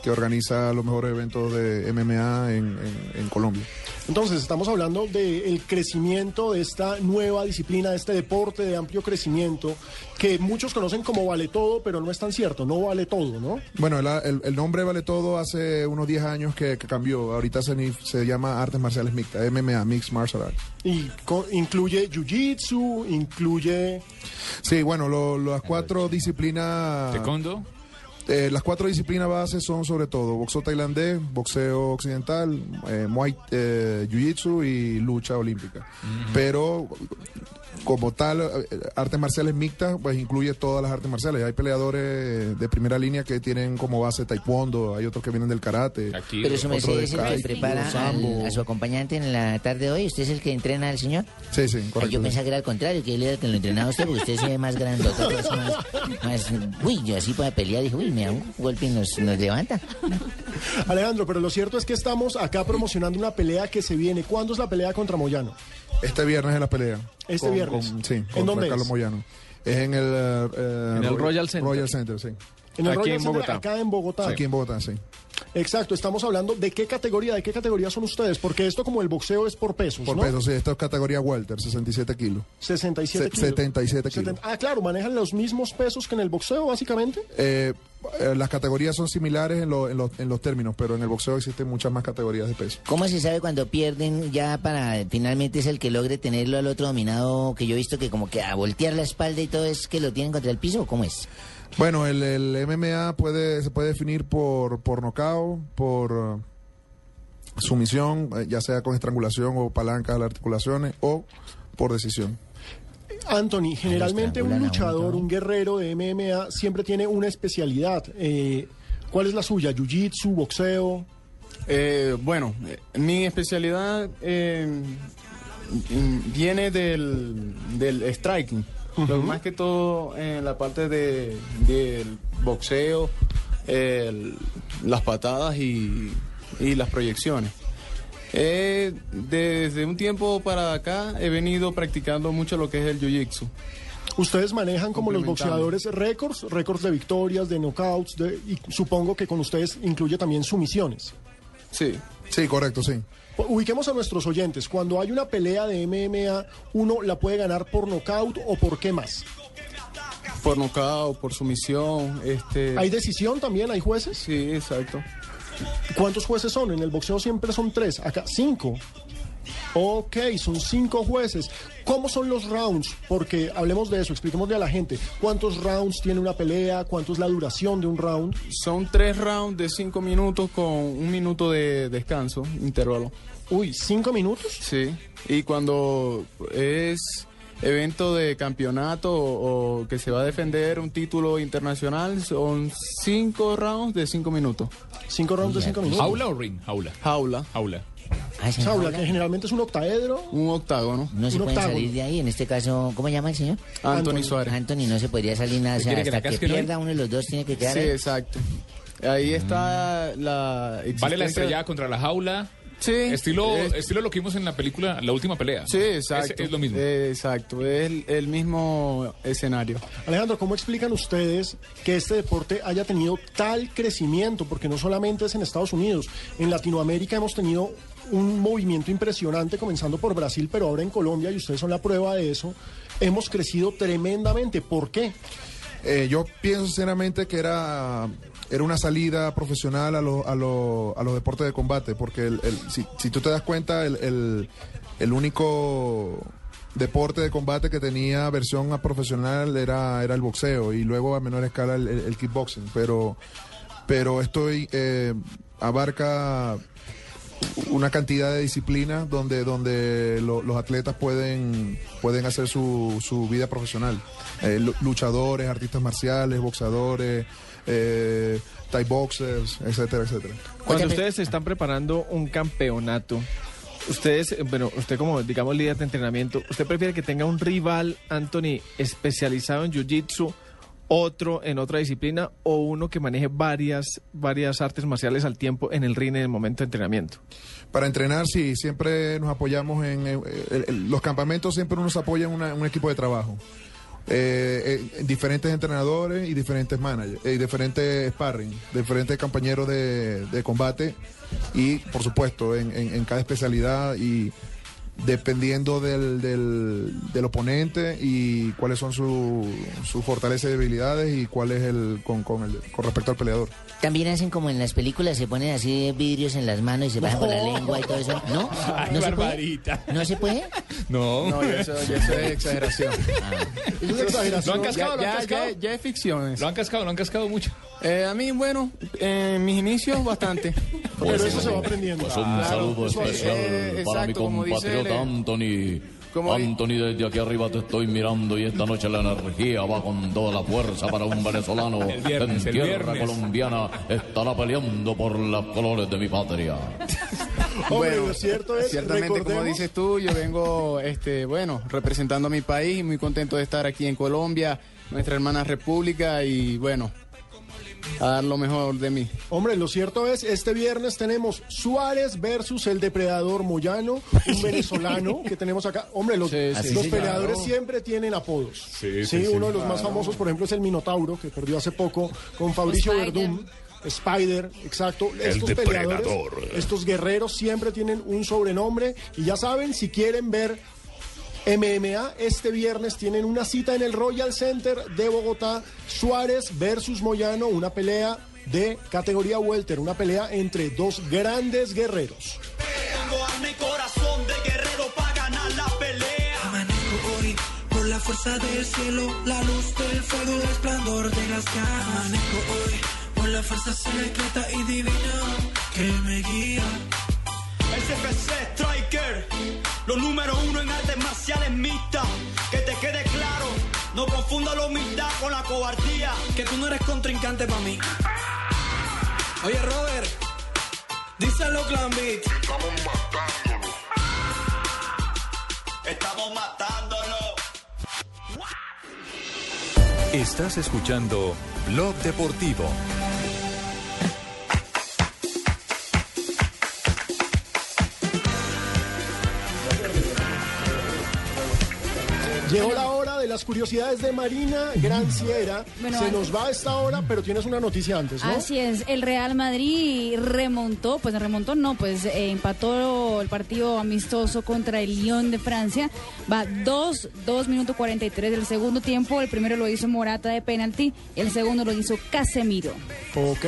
que organiza los mejores eventos de M M A en, en, en Colombia. Entonces, estamos hablando del crecimiento de esta nueva disciplina, de este deporte de amplio crecimiento, que muchos conocen como vale todo, pero no es tan cierto, no vale todo, ¿no? Bueno, el, el, el nombre vale todo hace unos diez años que, que cambió. Ahorita se, se llama Artes Marciales Mixtas, M M A, Mixed Martial Arts. Y co- incluye Jiu-Jitsu, incluye... Sí, bueno, lo, las cuatro disciplinas... ¿Taekwondo? Eh, las cuatro disciplinas bases son sobre todo boxeo tailandés, boxeo occidental, eh, muay, eh, jiu-jitsu y lucha olímpica. Uh-huh. Pero como tal, eh, artes marciales mixtas, pues incluye todas las artes marciales. Hay peleadores de primera línea que tienen como base taekwondo, hay otros que vienen del karate. Aquí, pero su merced es el que prepara al, a su acompañante en la tarde de hoy. ¿Usted es el que entrena al señor? Sí, sí, correcto. Ay, yo pensaba que era al contrario, que él era el que lo entrenaba a usted, porque usted se ve más grandote, más, más, uy, yo así para pelear, dijo, uy, me da un golpe y nos, nos levanta. Alejandro, pero lo cierto es que estamos acá promocionando una pelea que se viene. ¿Cuándo es la pelea contra Moyano? Este viernes es la pelea. Este con, viernes. Con, sí, ¿En dónde Carlos es? Moyano. Es en el, uh, en el Royal Center. Royal Center, sí. En el aquí Royal en Center, Bogotá. acá en Bogotá. Aquí en Bogotá, sí. Exacto, estamos hablando de qué categoría, de qué categoría son ustedes, porque esto como el boxeo es por pesos, Por ¿no? pesos, sí, esto es categoría welter, sesenta y siete kilos. sesenta y siete Se, kilos. setenta y siete kilos. setenta Ah, claro, manejan los mismos pesos que en el boxeo, básicamente. Eh, eh, las categorías son similares en, lo, en, lo, en los términos, pero en el boxeo existen muchas más categorías de peso. ¿Cómo se sabe cuando pierden ya para finalmente es el que logre tenerlo al otro dominado, que yo he visto que como que a voltear la espalda y todo es que lo tienen contra el piso, o cómo es? Bueno, el, el M M A puede, se puede definir por, por nocaut, por uh, sumisión, eh, ya sea con estrangulación o palanca a las articulaciones, o por decisión. Anthony, generalmente un luchador, un guerrero de M M A siempre tiene una especialidad. Eh, ¿Cuál es la suya? ¿Jiu-Jitsu, boxeo? Eh, bueno, eh, mi especialidad eh, viene del, del striking. Uh-huh. Pero más que todo en la parte de, del boxeo, el, las patadas y, y las proyecciones. Eh, desde un tiempo para acá he venido practicando mucho lo que es el jiu-jitsu. Ustedes manejan como los boxeadores récords, récords de victorias, de knockouts, de, y supongo que con ustedes incluye también sumisiones. Sí. Sí, correcto, sí. Ubiquemos a nuestros oyentes. Cuando hay una pelea de M M A, ¿uno la puede ganar por nocaut o por qué más? Por nocaut, por sumisión. Este... ¿Hay decisión también? ¿Hay jueces? Sí, exacto. ¿Cuántos jueces son? En el boxeo siempre son tres. Acá, cinco. Ok, son cinco jueces. ¿Cómo son los rounds? Porque hablemos de eso, expliquémosle a la gente. ¿Cuántos rounds tiene una pelea? ¿Cuánto es la duración de un round? Son tres rounds de cinco minutos con un minuto de descanso, intervalo. Uy, ¿cinco minutos? Sí, y cuando es evento de campeonato o, o que se va a defender un título internacional, son cinco rounds de cinco minutos. ¿Cinco rounds de cinco minutos? ¿Jaula o ring? Jaula. Jaula. Jaula. Ah, Jaula, que generalmente es un octaedro. Un octágono. No se un pueden octágono. salir de ahí, en este caso, ¿cómo llama el señor? Anthony Suárez. Anthony no se podría salir nada, o sea, ¿Quiere que hasta la que casquen hoy? pierda uno de los dos tiene que quedar Sí, ahí. exacto. Ahí está la ¿Vale la existencia- estrellada contra la jaula? Sí. Estilo, es- estilo lo que vimos en la película, la última pelea. Sí, exacto. Es, es lo mismo. Eh, exacto, es el, el mismo escenario. Alejandro, ¿cómo explican ustedes que este deporte haya tenido tal crecimiento? Porque no solamente es en Estados Unidos, en Latinoamérica hemos tenido un movimiento impresionante, comenzando por Brasil, pero ahora en Colombia, y ustedes son la prueba de eso, hemos crecido tremendamente. ¿Por qué? Eh, yo pienso sinceramente que era, era una salida profesional a, lo- a, lo- a los deportes de combate, porque el, el- si, si tú te das cuenta, el, el, el único deporte de combate que tenía versión a profesional era, era el boxeo y luego a menor escala el, el- el kickboxing, pero, pero esto eh, abarca una cantidad de disciplinas donde donde lo- los atletas pueden pueden hacer su, su vida profesional. Eh, lu- luchadores, artistas marciales, boxeadores, eh, Thai boxers, etcétera, etcétera. Cuando ustedes están preparando un campeonato, ustedes, eh, bueno, usted como, digamos, líder de entrenamiento, ¿usted prefiere que tenga un rival, Anthony, especializado en jiu-jitsu, otro en otra disciplina o uno que maneje varias, varias artes marciales al tiempo en el ring en el momento de entrenamiento? Para entrenar, sí, siempre nos apoyamos en, en- en- en los campamentos, siempre uno se apoya en una- un equipo de trabajo. eh, eh, diferentes entrenadores y diferentes managers, y diferentes sparring, diferentes compañeros de, de combate y, por supuesto, en, en, en cada especialidad y dependiendo del, del, del oponente y cuáles son sus su fortalezas y debilidades y cuál es el con, con el con respecto al peleador. También hacen como en las películas, se ponen así vidrios en las manos y se bajan por la lengua y todo eso. ¿No? Ay, ¿No se barbarita. puede? ¿No se puede? No. No, ya eso, ya eso es exageración. Ah. Eso es exageración. ¿Lo han cascado? Ya, ¿Lo han ya, cascado? ya, ya es ficción. ¿Lo han cascado? ¿Lo han cascado mucho? Eh, a mí, bueno, en mis inicios bastante. Pero eso se va aprendiendo. Pues un Claro, saludo eso es, especial eh, para mi exacto, como dice compatriota él, Anthony. como di- Anthony, desde aquí arriba te estoy mirando y esta noche la energía va con toda la fuerza para un venezolano El viernes, en el tierra viernes. colombiana estará peleando por los colores de mi patria. Hombre, lo cierto es, ciertamente, como recordemos- dices tú, yo vengo, este, bueno, representando a mi país y muy contento de estar aquí en Colombia, nuestra hermana república y, bueno, a dar lo mejor de mí. Hombre, lo cierto es, este viernes tenemos Suárez versus el depredador Moyano, un venezolano que tenemos acá. Hombre, los, Sí, sí, los sí, peleadores claro. siempre tienen apodos. Sí, sí, sí. Uno de los más famosos, por ejemplo, es el Minotauro, que perdió hace poco con Fabricio Spider. Verdún. Spider, exacto. Estos depredador. peleadores, estos guerreros siempre tienen un sobrenombre. Y ya saben, si quieren ver M M A, este viernes tienen una cita en el Royal Center de Bogotá. Suárez versus Moyano, una pelea de categoría welter, una pelea entre dos grandes guerreros. Tengo alma y corazón de guerrero para ganar la pelea. Amanezco hoy por la fuerza del cielo, la luz del fuego, el resplandor de las llamas. Amanezco hoy por la fuerza secreta y divina que me guía. S F C Striker, los número uno en artes marciales mixtas. Que te quede claro, no confunda la humildad con la cobardía. Que tú no eres contrincante para mí. Oye, Robert, díselo, Clan Beat. Estamos matándolo. Estamos matándolo. Estás escuchando Blog Deportivo. Llegó la hora de las curiosidades de Marina Granciera. Bueno, Se antes- nos va a esta hora, pero tienes una noticia antes, ¿no? Así es, el Real Madrid remontó, pues remontó no, pues eh, empató el partido amistoso contra el Lyon de Francia. Va dos, dos minutos cuarenta y tres del segundo tiempo. El primero lo hizo Morata de penalti, el segundo lo hizo Casemiro. Ok.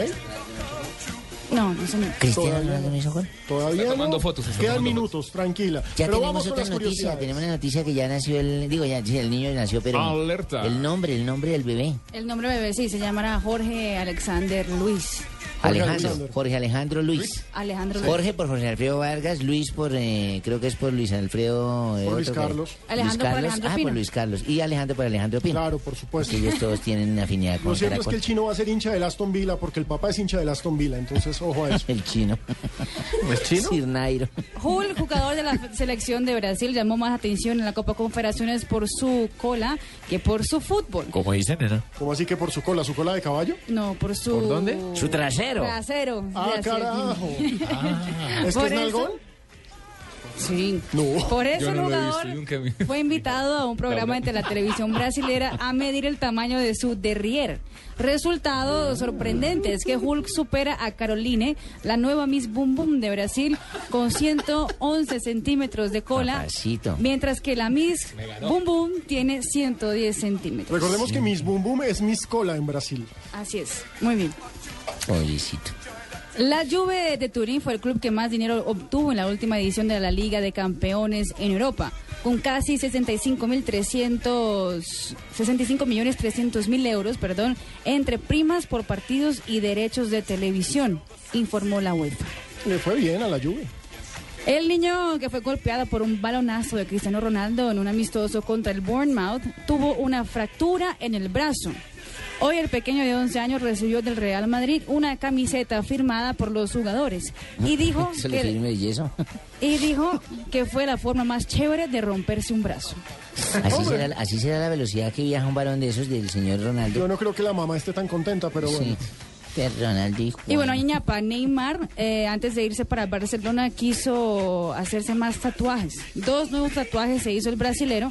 No, no se me... ¿Cristiano Ronaldo no hizo gol? Todavía Está tomando no. fotos, está Quedan tomando minutos, tranquila. Ya Pero tenemos vamos con otra las noticia, curiosidades. tenemos una noticia que ya nació el, digo ya, sí, el niño nació, pero Alerta. el nombre, el nombre del bebé. El nombre bebé, sí, se llamará Jorge Alexander Luis. Jorge Alejandro, Alexander. Jorge Alejandro Luis. Alejandro Luis. Jorge por Jorge Alfredo Vargas, Luis por, eh, creo que es por Luis Alfredo. eh, Por Luis otro que- Carlos. Alejandro por Alejandro ah, Pino. por Luis Carlos. Y Alejandro por Alejandro Pino. Claro, por supuesto. Que ellos todos tienen una afinidad con Lo cierto es Caracol. que el chino va a ser hincha del Aston Villa porque el papá es hincha del Aston Villa, entonces ojo a eso. El chino. ¿Es chino? Sir Nairo. Hull, jugador de la selección de Brasil, llamó más atención en la Copa Confederaciones por su cola que por su fútbol. ¿Cómo dicen, nena? ¿Cómo así que por su cola? ¿Su cola de caballo? No, por su... ¿Por dónde? Su trasero. Trasero. Ah, Gracias. carajo. ¿Es que Por es eso- nalgón? Sí. No. Por eso Yo el no lo he jugador visto, nunca vi. fue invitado a un programa de la televisión brasilera a medir el tamaño de su derrier. Resultado sorprendente es que Hulk supera a Caroline, la nueva Miss Boom Boom de Brasil, con ciento once centímetros de cola, Papacito. mientras que la Miss Boom Boom tiene ciento diez centímetros. Recordemos que Miss Boom Boom es Miss Cola en Brasil. Así es, muy bien. Pobrecito. La Juve de Turín fue el club que más dinero obtuvo en la última edición de la Liga de Campeones en Europa, con casi sesenta y cinco mil trescientos, sesenta y cinco millones trescientos mil euros, perdón, entre primas por partidos y derechos de televisión, informó la UEFA. Le fue bien a la Juve. El niño que fue golpeado por un balonazo de Cristiano Ronaldo en un amistoso contra el Bournemouth tuvo una fractura en el brazo. Hoy el pequeño de once años recibió del Real Madrid una camiseta firmada por los jugadores y dijo ¿Se le que, firme el yeso? y dijo que fue la forma más chévere de romperse un brazo. Así será, así será la velocidad que viaja un balón de esos del señor Ronaldo. Yo no creo que la mamá esté tan contenta, pero bueno. Sí. De Ronaldo y Y bueno, ñapa, Neymar, eh, antes de irse para Barcelona, quiso hacerse más tatuajes. Dos nuevos tatuajes se hizo el brasilero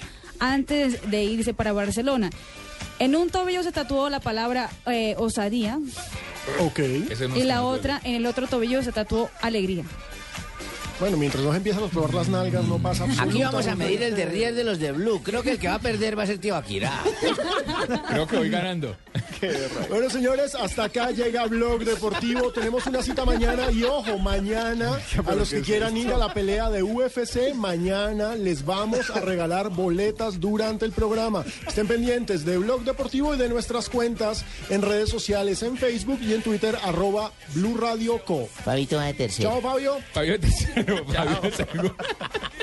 antes de irse para Barcelona. En un tobillo se tatuó la palabra eh, osadía. Ok. Y la otra, en el otro tobillo se tatuó alegría. Bueno, mientras nos empiezan a probar las nalgas, no pasa absolutamente. Aquí vamos a medir el de Riel de los de Blue. Creo que el que va a perder va a ser Tío Akira. Creo que voy ganando. Bueno, señores, hasta acá llega Blog Deportivo. Tenemos una cita mañana y ojo, mañana a los que quieran ir a la pelea de U F C, mañana les vamos a regalar boletas durante el programa. Estén pendientes de Blog Deportivo y de nuestras cuentas en redes sociales, en Facebook y en Twitter, arroba Blue Radio Co. Fabito va de tercero. Chao, Fabio. Fabio de tercero. Fabio de segundo.